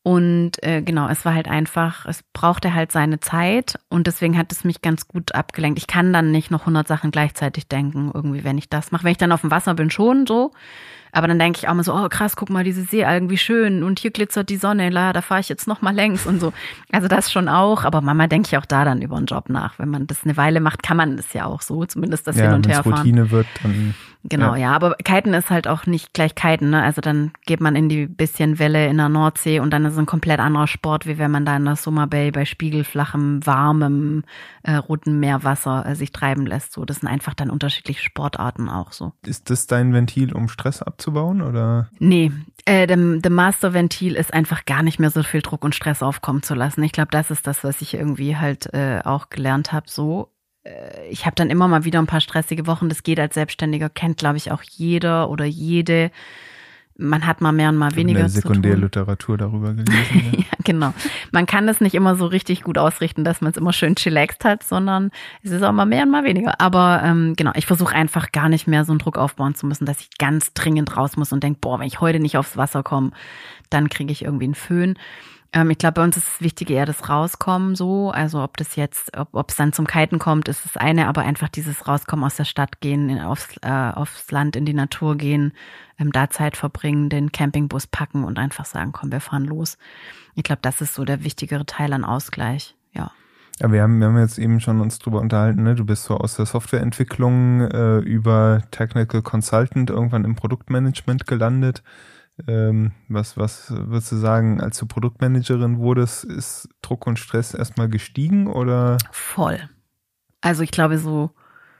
Und äh, genau, es war halt einfach, es brauchte halt seine Zeit und deswegen hat es mich ganz gut abgelenkt. Ich kann dann nicht noch hundert Sachen gleichzeitig denken, irgendwie, wenn ich das mache. Wenn ich dann auf dem Wasser bin, schon so. Aber dann denke ich auch mal so, oh krass, guck mal, diese Seealgen, wie schön. Und hier glitzert die Sonne, la, da fahre ich jetzt noch mal längs und so. Also das schon auch. Aber Mama denke ich auch da dann über einen Job nach. Wenn man das eine Weile macht, kann man das ja auch so. Zumindest das ja, Hin- und Herfahren. Ja, wenn es Routine wird, dann... Genau, ja. ja, aber Kiten ist halt auch nicht gleich Kiten, ne? Also dann geht man in die bisschen Welle in der Nordsee und dann ist es ein komplett anderer Sport, wie wenn man da in der Summer Bay bei spiegelflachem, warmem, äh, rotem Meerwasser äh, sich treiben lässt. So, das sind einfach dann unterschiedliche Sportarten auch so. Ist das dein Ventil, um Stress abzubauen, oder? Nee, äh, dem, dem Master-Ventil ist einfach gar nicht mehr so viel Druck und Stress aufkommen zu lassen. Ich glaube, das ist das, was ich irgendwie halt äh, auch gelernt habe, so. Ich habe dann immer mal wieder ein paar stressige Wochen. Das geht als Selbstständiger, kennt, glaube ich, auch jeder oder jede. Man hat mal mehr und mal weniger zu tun. Sekundärliteratur darüber gelesen. Ja. Ja, genau. Man kann das nicht immer so richtig gut ausrichten, dass man es immer schön chillaxt hat, sondern es ist auch mal mehr und mal weniger. Aber ähm, genau, ich versuche einfach gar nicht mehr so einen Druck aufbauen zu müssen, dass ich ganz dringend raus muss und denke, boah, wenn ich heute nicht aufs Wasser komme, dann kriege ich irgendwie einen Föhn. Ähm, ich glaube, bei uns ist das Wichtige eher das Rauskommen so. Also ob das jetzt, ob ob es dann zum Kiten kommt, ist das eine, aber einfach dieses Rauskommen aus der Stadt gehen, in, aufs, äh, aufs Land, in die Natur gehen, ähm, da Zeit verbringen, den Campingbus packen und einfach sagen, komm, wir fahren los. Ich glaube, das ist so der wichtigere Teil an Ausgleich, ja. Ja, wir haben, wir haben jetzt eben schon uns drüber unterhalten, ne? Du bist so aus der Softwareentwicklung äh, über Technical Consultant irgendwann im Produktmanagement gelandet. Ähm, was, was würdest du sagen, als du Produktmanagerin wurdest, ist Druck und Stress erstmal gestiegen oder? Voll. Also ich glaube so,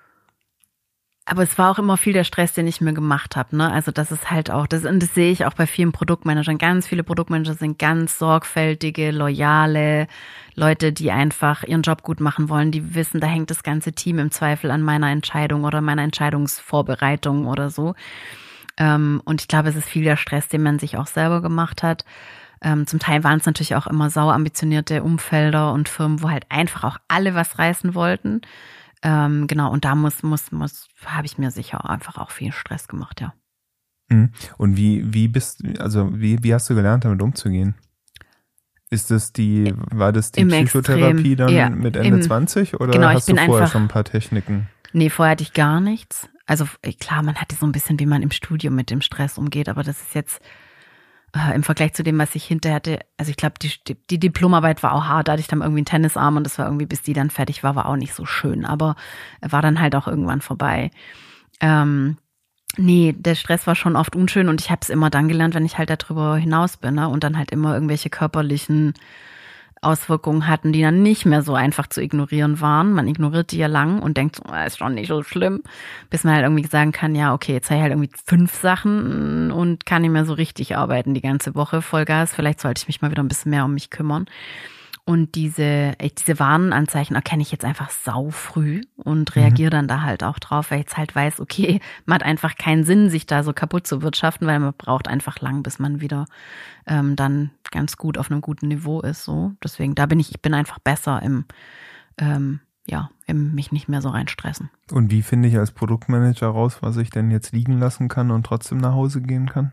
aber es war auch immer viel der Stress, den ich mir gemacht habe, ne? Also das ist halt auch, das, und das sehe ich auch bei vielen Produktmanagern. Ganz viele Produktmanager sind ganz sorgfältige, loyale Leute, die einfach ihren Job gut machen wollen, die wissen, da hängt das ganze Team im Zweifel an meiner Entscheidung oder meiner Entscheidungsvorbereitung oder so. Und ich glaube, es ist viel der Stress, den man sich auch selber gemacht hat. Zum Teil waren es natürlich auch immer sau ambitionierte Umfelder und Firmen, wo halt einfach auch alle was reißen wollten. Genau, und da muss, muss, muss, habe ich mir sicher einfach auch viel Stress gemacht, ja. Und wie, wie bist, also wie, wie hast du gelernt, damit umzugehen? Ist das die, war das die Im Psychotherapie Extrem, dann ja, mit Ende im, zwanzig oder genau, hast ich bin du vorher einfach, schon ein paar Techniken? Nee, vorher hatte ich gar nichts. Also klar, man hatte so ein bisschen, wie man im Studium mit dem Stress umgeht, aber das ist jetzt äh, im Vergleich zu dem, was ich hinterher hatte, also ich glaube, die, die Diplomarbeit war auch hart, da hatte ich dann irgendwie einen Tennisarm und das war irgendwie, bis die dann fertig war, war auch nicht so schön, aber war dann halt auch irgendwann vorbei. Ähm, nee, der Stress war schon oft unschön und ich habe es immer dann gelernt, wenn ich halt darüber hinaus bin, ne? Und dann halt immer irgendwelche körperlichen Auswirkungen hatten, die dann nicht mehr so einfach zu ignorieren waren. Man ignoriert die ja lang und denkt so, oh, ist schon nicht so schlimm, bis man halt irgendwie sagen kann, ja, okay, jetzt habe ich halt irgendwie fünf Sachen und kann nicht mehr so richtig arbeiten die ganze Woche, Vollgas, vielleicht sollte ich mich mal wieder ein bisschen mehr um mich kümmern. Und diese, diese Warnanzeichen erkenne ich jetzt einfach sau früh und reagiere dann da halt auch drauf, weil ich jetzt halt weiß, okay, man hat einfach keinen Sinn, sich da so kaputt zu wirtschaften, weil man braucht einfach lang, bis man wieder ähm, dann ganz gut auf einem guten Niveau ist. So, deswegen, da bin ich, ich bin einfach besser im, ähm, ja, im mich nicht mehr so reinstressen. Und wie finde ich als Produktmanager raus, was ich denn jetzt liegen lassen kann und trotzdem nach Hause gehen kann?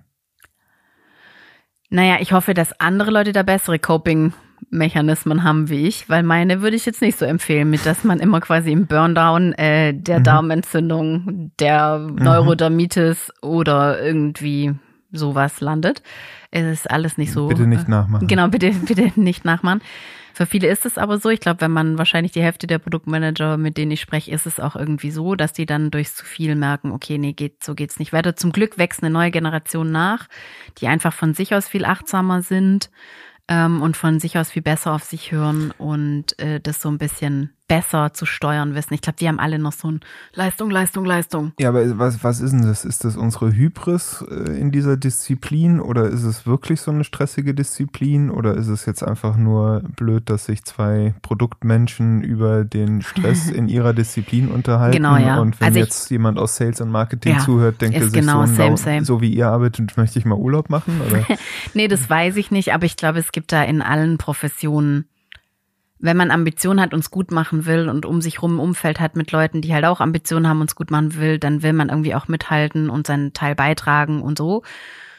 Naja, ich hoffe, dass andere Leute da bessere Coping-Mechanismen haben wie ich, weil meine würde ich jetzt nicht so empfehlen, mit dass man immer quasi im Burndown äh, der mhm. Darmentzündung, der Neurodermitis mhm. oder irgendwie sowas landet. Es ist alles nicht so. Bitte nicht nachmachen. Genau, bitte, bitte nicht nachmachen. Für viele ist es aber so. Ich glaube, wenn man wahrscheinlich die Hälfte der Produktmanager, mit denen ich spreche, ist es auch irgendwie so, dass die dann durchs zu viel merken, okay, nee, geht, so geht's nicht weiter. Zum Glück wächst eine neue Generation nach, die einfach von sich aus viel achtsamer sind ähm, und von sich aus viel besser auf sich hören und äh, das so ein bisschen besser zu steuern wissen. Ich glaube, die haben alle noch so ein Leistung, Leistung, Leistung. Ja, aber was, was ist denn das? Ist das unsere Hybris äh, in dieser Disziplin oder ist es wirklich so eine stressige Disziplin oder ist es jetzt einfach nur blöd, dass sich zwei Produktmenschen über den Stress in ihrer Disziplin unterhalten? Genau, ja. Und wenn also jetzt ich, jemand aus Sales und Marketing ja, zuhört, denkt er sich genau, so, same, same. so wie ihr arbeitet, möchte ich mal Urlaub machen? Oder? Nee, das weiß ich nicht, aber ich glaube, es gibt da in allen Professionen, wenn man Ambitionen hat und es gut machen will und um sich rum ein Umfeld hat mit Leuten, die halt auch Ambitionen haben und es gut machen will, dann will man irgendwie auch mithalten und seinen Teil beitragen und so.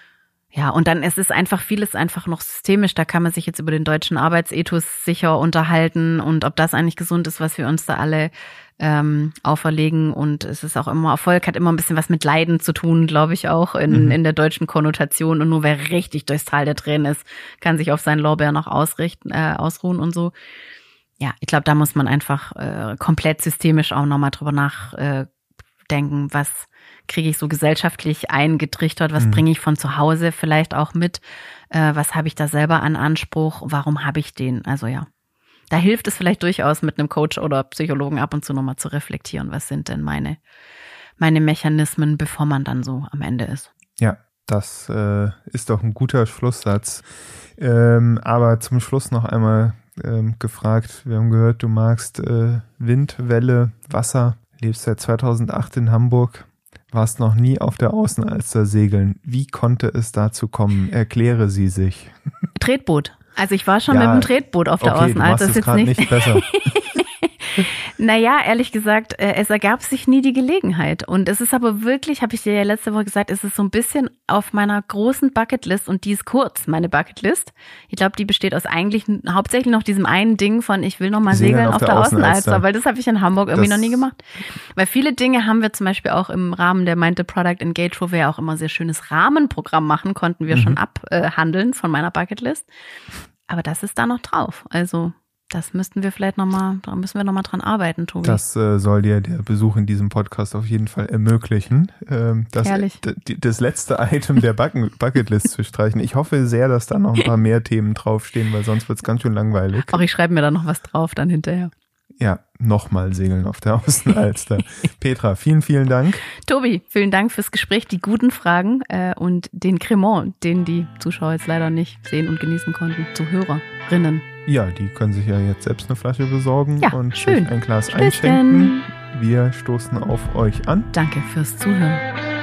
Ja, und dann ist es einfach vieles einfach noch systemisch. Da kann man sich jetzt über den deutschen Arbeitsethos sicher unterhalten und ob das eigentlich gesund ist, was wir uns da alle ähm, auferlegen. Und es ist auch immer, Erfolg hat immer ein bisschen was mit Leiden zu tun, glaube ich auch, in, mhm. in der deutschen Konnotation. Und nur wer richtig durchs Tal der Tränen ist, kann sich auf seinen Lorbeer noch ausrichten, äh, ausruhen und so. Ja, ich glaube, da muss man einfach äh, komplett systemisch auch nochmal drüber nachdenken, äh, was kriege ich so gesellschaftlich eingetrichtert, was mhm. bringe ich von zu Hause vielleicht auch mit, äh, was habe ich da selber an Anspruch, warum habe ich den? Also ja, da hilft es vielleicht durchaus mit einem Coach oder Psychologen ab und zu nochmal zu reflektieren, was sind denn meine, meine Mechanismen, bevor man dann so am Ende ist. Ja, das äh, ist doch ein guter Schlusssatz. Ähm, aber zum Schluss noch einmal ähm, gefragt, wir haben gehört, du magst äh, Wind, Welle, Wasser, lebst seit zweitausendacht in Hamburg. Warst noch nie auf der Außenalster segeln. Wie konnte es dazu kommen? Erkläre sie sich. Tretboot. Also ich war schon ja, mit dem Tretboot auf der okay, Außenalster. Du machst es gerade nicht, nicht besser. Naja, ehrlich gesagt, es ergab sich nie die Gelegenheit. Und es ist aber wirklich, habe ich dir ja letzte Woche gesagt, es ist so ein bisschen auf meiner großen Bucketlist und die ist kurz, meine Bucketlist. Ich glaube, die besteht aus eigentlich hauptsächlich noch diesem einen Ding von, ich will noch mal segeln, segeln auf, auf der, der Außenalster, Außenalster, weil das habe ich in Hamburg irgendwie das noch nie gemacht. Weil viele Dinge haben wir zum Beispiel auch im Rahmen der Mind the Product Engage, wo wir ja auch immer sehr schönes Rahmenprogramm machen, konnten wir mhm. schon abhandeln von meiner Bucketlist. Aber das ist da noch drauf. Also das müssten wir vielleicht nochmal, da müssen wir nochmal dran arbeiten, Tobi. Das äh, soll dir der Besuch in diesem Podcast auf jeden Fall ermöglichen, ähm, das, Herrlich. d- das letzte Item der Bucket- Bucketlist zu streichen. Ich hoffe sehr, dass da noch ein paar mehr Themen draufstehen, weil sonst wird es ganz schön langweilig. Auch ich schreibe mir da noch was drauf dann hinterher. Ja, nochmal segeln auf der Außenalster. Petra, vielen, vielen Dank. Tobi, vielen Dank fürs Gespräch, die guten Fragen äh, und den Cremant, den die Zuschauer jetzt leider nicht sehen und genießen konnten, Zuhörerinnen. Ja, die können sich ja jetzt selbst eine Flasche besorgen ja, und schön. sich ein Glas Stößchen. einschenken. Wir stoßen auf euch an. Danke fürs Zuhören.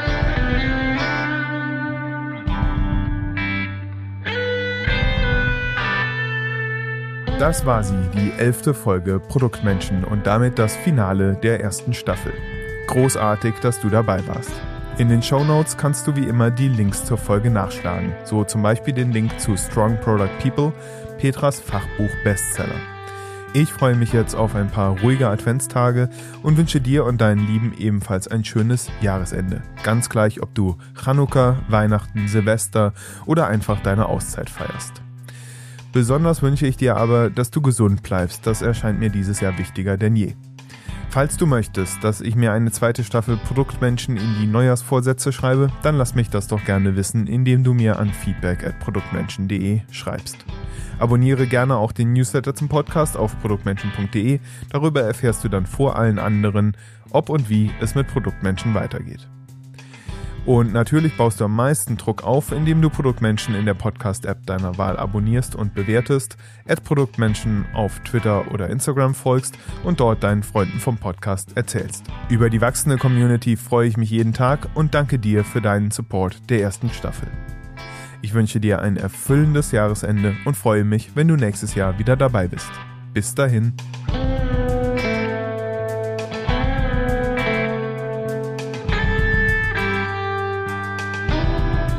Das war sie, die elfte Folge Produktmenschen und damit das Finale der ersten Staffel. Großartig, dass du dabei warst. In den Shownotes kannst du wie immer die Links zur Folge nachschlagen, so zum Beispiel den Link zu Strong Product People, Petras Fachbuch Bestseller. Ich freue mich jetzt auf ein paar ruhige Adventstage und wünsche dir und deinen Lieben ebenfalls ein schönes Jahresende. Ganz gleich, ob du Chanukka, Weihnachten, Silvester oder einfach deine Auszeit feierst. Besonders wünsche ich dir aber, dass du gesund bleibst. Das erscheint mir dieses Jahr wichtiger denn je. Falls du möchtest, dass ich mir eine zweite Staffel Produktmenschen in die Neujahrsvorsätze schreibe, dann lass mich das doch gerne wissen, indem du mir an feedback at produktmenschen punkt de schreibst. Abonniere gerne auch den Newsletter zum Podcast auf produktmenschen punkt de. Darüber erfährst du dann vor allen anderen, ob und wie es mit Produktmenschen weitergeht. Und natürlich baust du am meisten Druck auf, indem du Produktmenschen in der Podcast-App deiner Wahl abonnierst und bewertest, at Produktmenschen auf Twitter oder Instagram folgst und dort deinen Freunden vom Podcast erzählst. Über die wachsende Community freue ich mich jeden Tag und danke dir für deinen Support der ersten Staffel. Ich wünsche dir ein erfüllendes Jahresende und freue mich, wenn du nächstes Jahr wieder dabei bist. Bis dahin.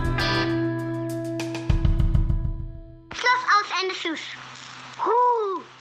Huh.